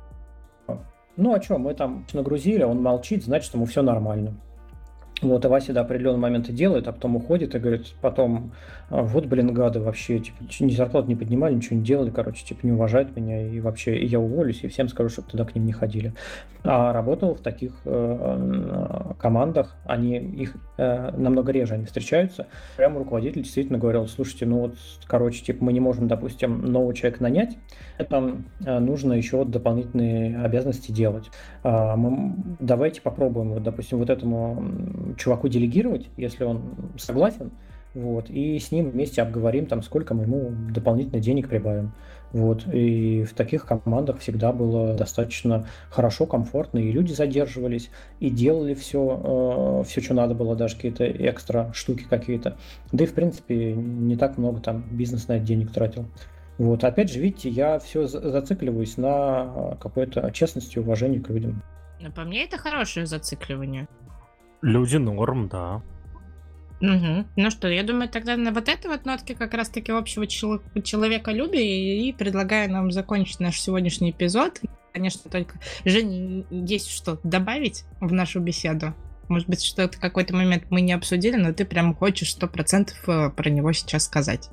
ну, а что, мы там нагрузили, он молчит, значит, ему все нормально. Вот, и Вася до определенного момента делает, а потом уходит и говорит, потом, вот, блин, гады вообще, типа, ни зарплату не поднимали, ничего не делали, короче, типа, не уважают меня, и вообще, и я уволюсь, и всем скажу, чтобы туда к ним не ходили. А работал в таких командах, их намного реже они встречаются, прямо руководитель действительно говорил, слушайте, ну вот, короче, типа, мы не можем, допустим, нового человека нанять, это нужно еще вот дополнительные обязанности делать. Давайте попробуем, вот, допустим, вот этому чуваку делегировать, если он согласен, вот, и с ним вместе обговорим, там, сколько мы ему дополнительно денег прибавим. Вот, и в таких командах всегда было достаточно хорошо, комфортно, и люди задерживались, и делали все, что надо было, даже какие-то экстра штуки какие-то. Да и, в принципе, не так много там бизнес на это денег тратил. Вот, опять же, видите, я все зацикливаюсь на какой-то честности и уважении к людям. Но по мне это хорошее зацикливание. Люди норм, да. Угу. Ну что, я думаю, тогда на вот этой вот нотке как раз-таки общего человеколюбия и предлагаю нам закончить наш сегодняшний эпизод. Конечно, только, Женя, есть что добавить в нашу беседу? Может быть, что-то какой-то момент мы не обсудили, но ты прям хочешь 100% про него сейчас сказать.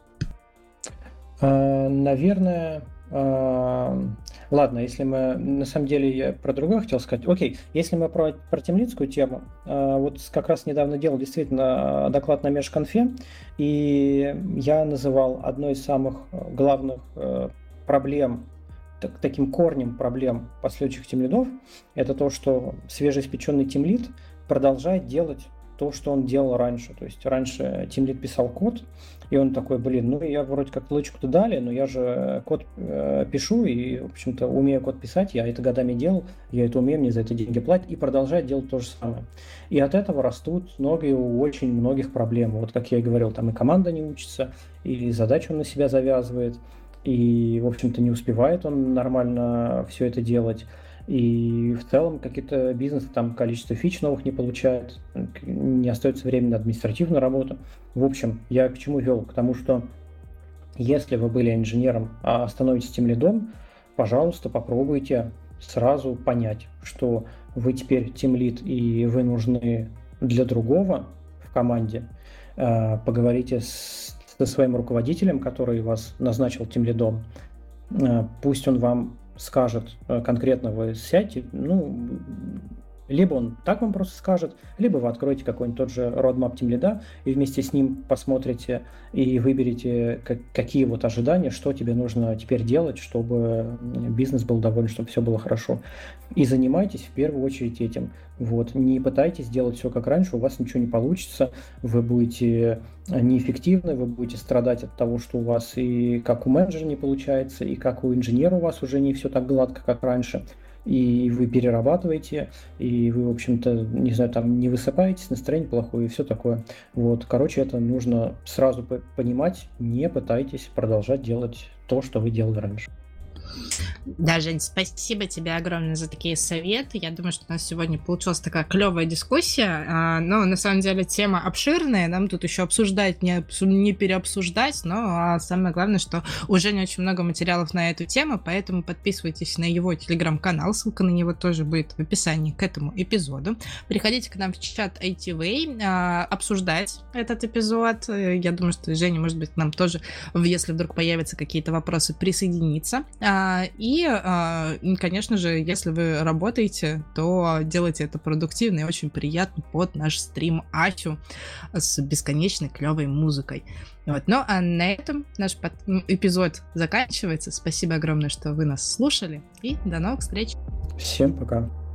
Наверное... Ладно, если мы, на самом деле, я про другое хотел сказать. Окей, если мы про темлидскую тему, вот как раз недавно делал действительно доклад на межконфе, и я называл одной из самых главных проблем, таким корнем проблем последующих тимлидов, это то, что свежеиспеченный тимлид продолжает делать то, что он делал раньше. То есть раньше тимлид писал код, и он такой, блин, ну я вроде как лычку-то дали, но я же код пишу, и, в общем-то, умею код писать, я это годами делал, я это умею, мне за это деньги платят, и продолжает делать то же самое. И от этого растут ноги у очень многих проблем. Вот как я и говорил, там и команда не учится, и задачу он на себя завязывает, и, в общем-то, не успевает он нормально все это делать. И в целом какие-то бизнесы, там количество фич новых не получают, не остается времени на административную работу. В общем, я к чему вел? К тому, что если вы были инженером, а становитесь тимлидом, пожалуйста, попробуйте сразу понять, что вы теперь тимлид и вы нужны для другого в команде. Поговорите со своим руководителем, который вас назначил тимлидом. Пусть он вам скажет конкретно, вы сядьте, либо он так вам просто скажет, либо вы откроете какой-нибудь тот же roadmap тимлида и вместе с ним посмотрите и выберете, какие вот ожидания, что тебе нужно теперь делать, чтобы бизнес был доволен, чтобы все было хорошо. И занимайтесь в первую очередь этим. Вот. Не пытайтесь делать все как раньше, у вас ничего не получится, вы будете неэффективны, вы будете страдать от того, что у вас и как у менеджера не получается, и как у инженера у вас уже не все так гладко, как раньше. И вы перерабатываете, и вы, в общем-то, не знаю, там не высыпаетесь, настроение плохое и все такое. Вот, короче, это нужно сразу понимать, не пытайтесь продолжать делать то, что вы делали раньше. Да, Жень, спасибо тебе огромное за такие советы. Я думаю, что у нас сегодня получилась такая клевая дискуссия. Но на самом деле тема обширная. Нам тут еще обсуждать, не переобсуждать. Но самое главное, что у Жени очень много материалов на эту тему. Поэтому подписывайтесь на его телеграм-канал. Ссылка на него тоже будет в описании к этому эпизоду. Приходите к нам в чат ITV, обсуждать этот эпизод. Я думаю, что Женя, может быть, к нам тоже, если вдруг появятся какие-то вопросы, присоединиться. Конечно же, если вы работаете, то делайте это продуктивно и очень приятно под наш стрим Асю с бесконечной клевой музыкой. Вот. Ну, а на этом наш эпизод заканчивается. Спасибо огромное, что вы нас слушали, и до новых встреч. Всем пока.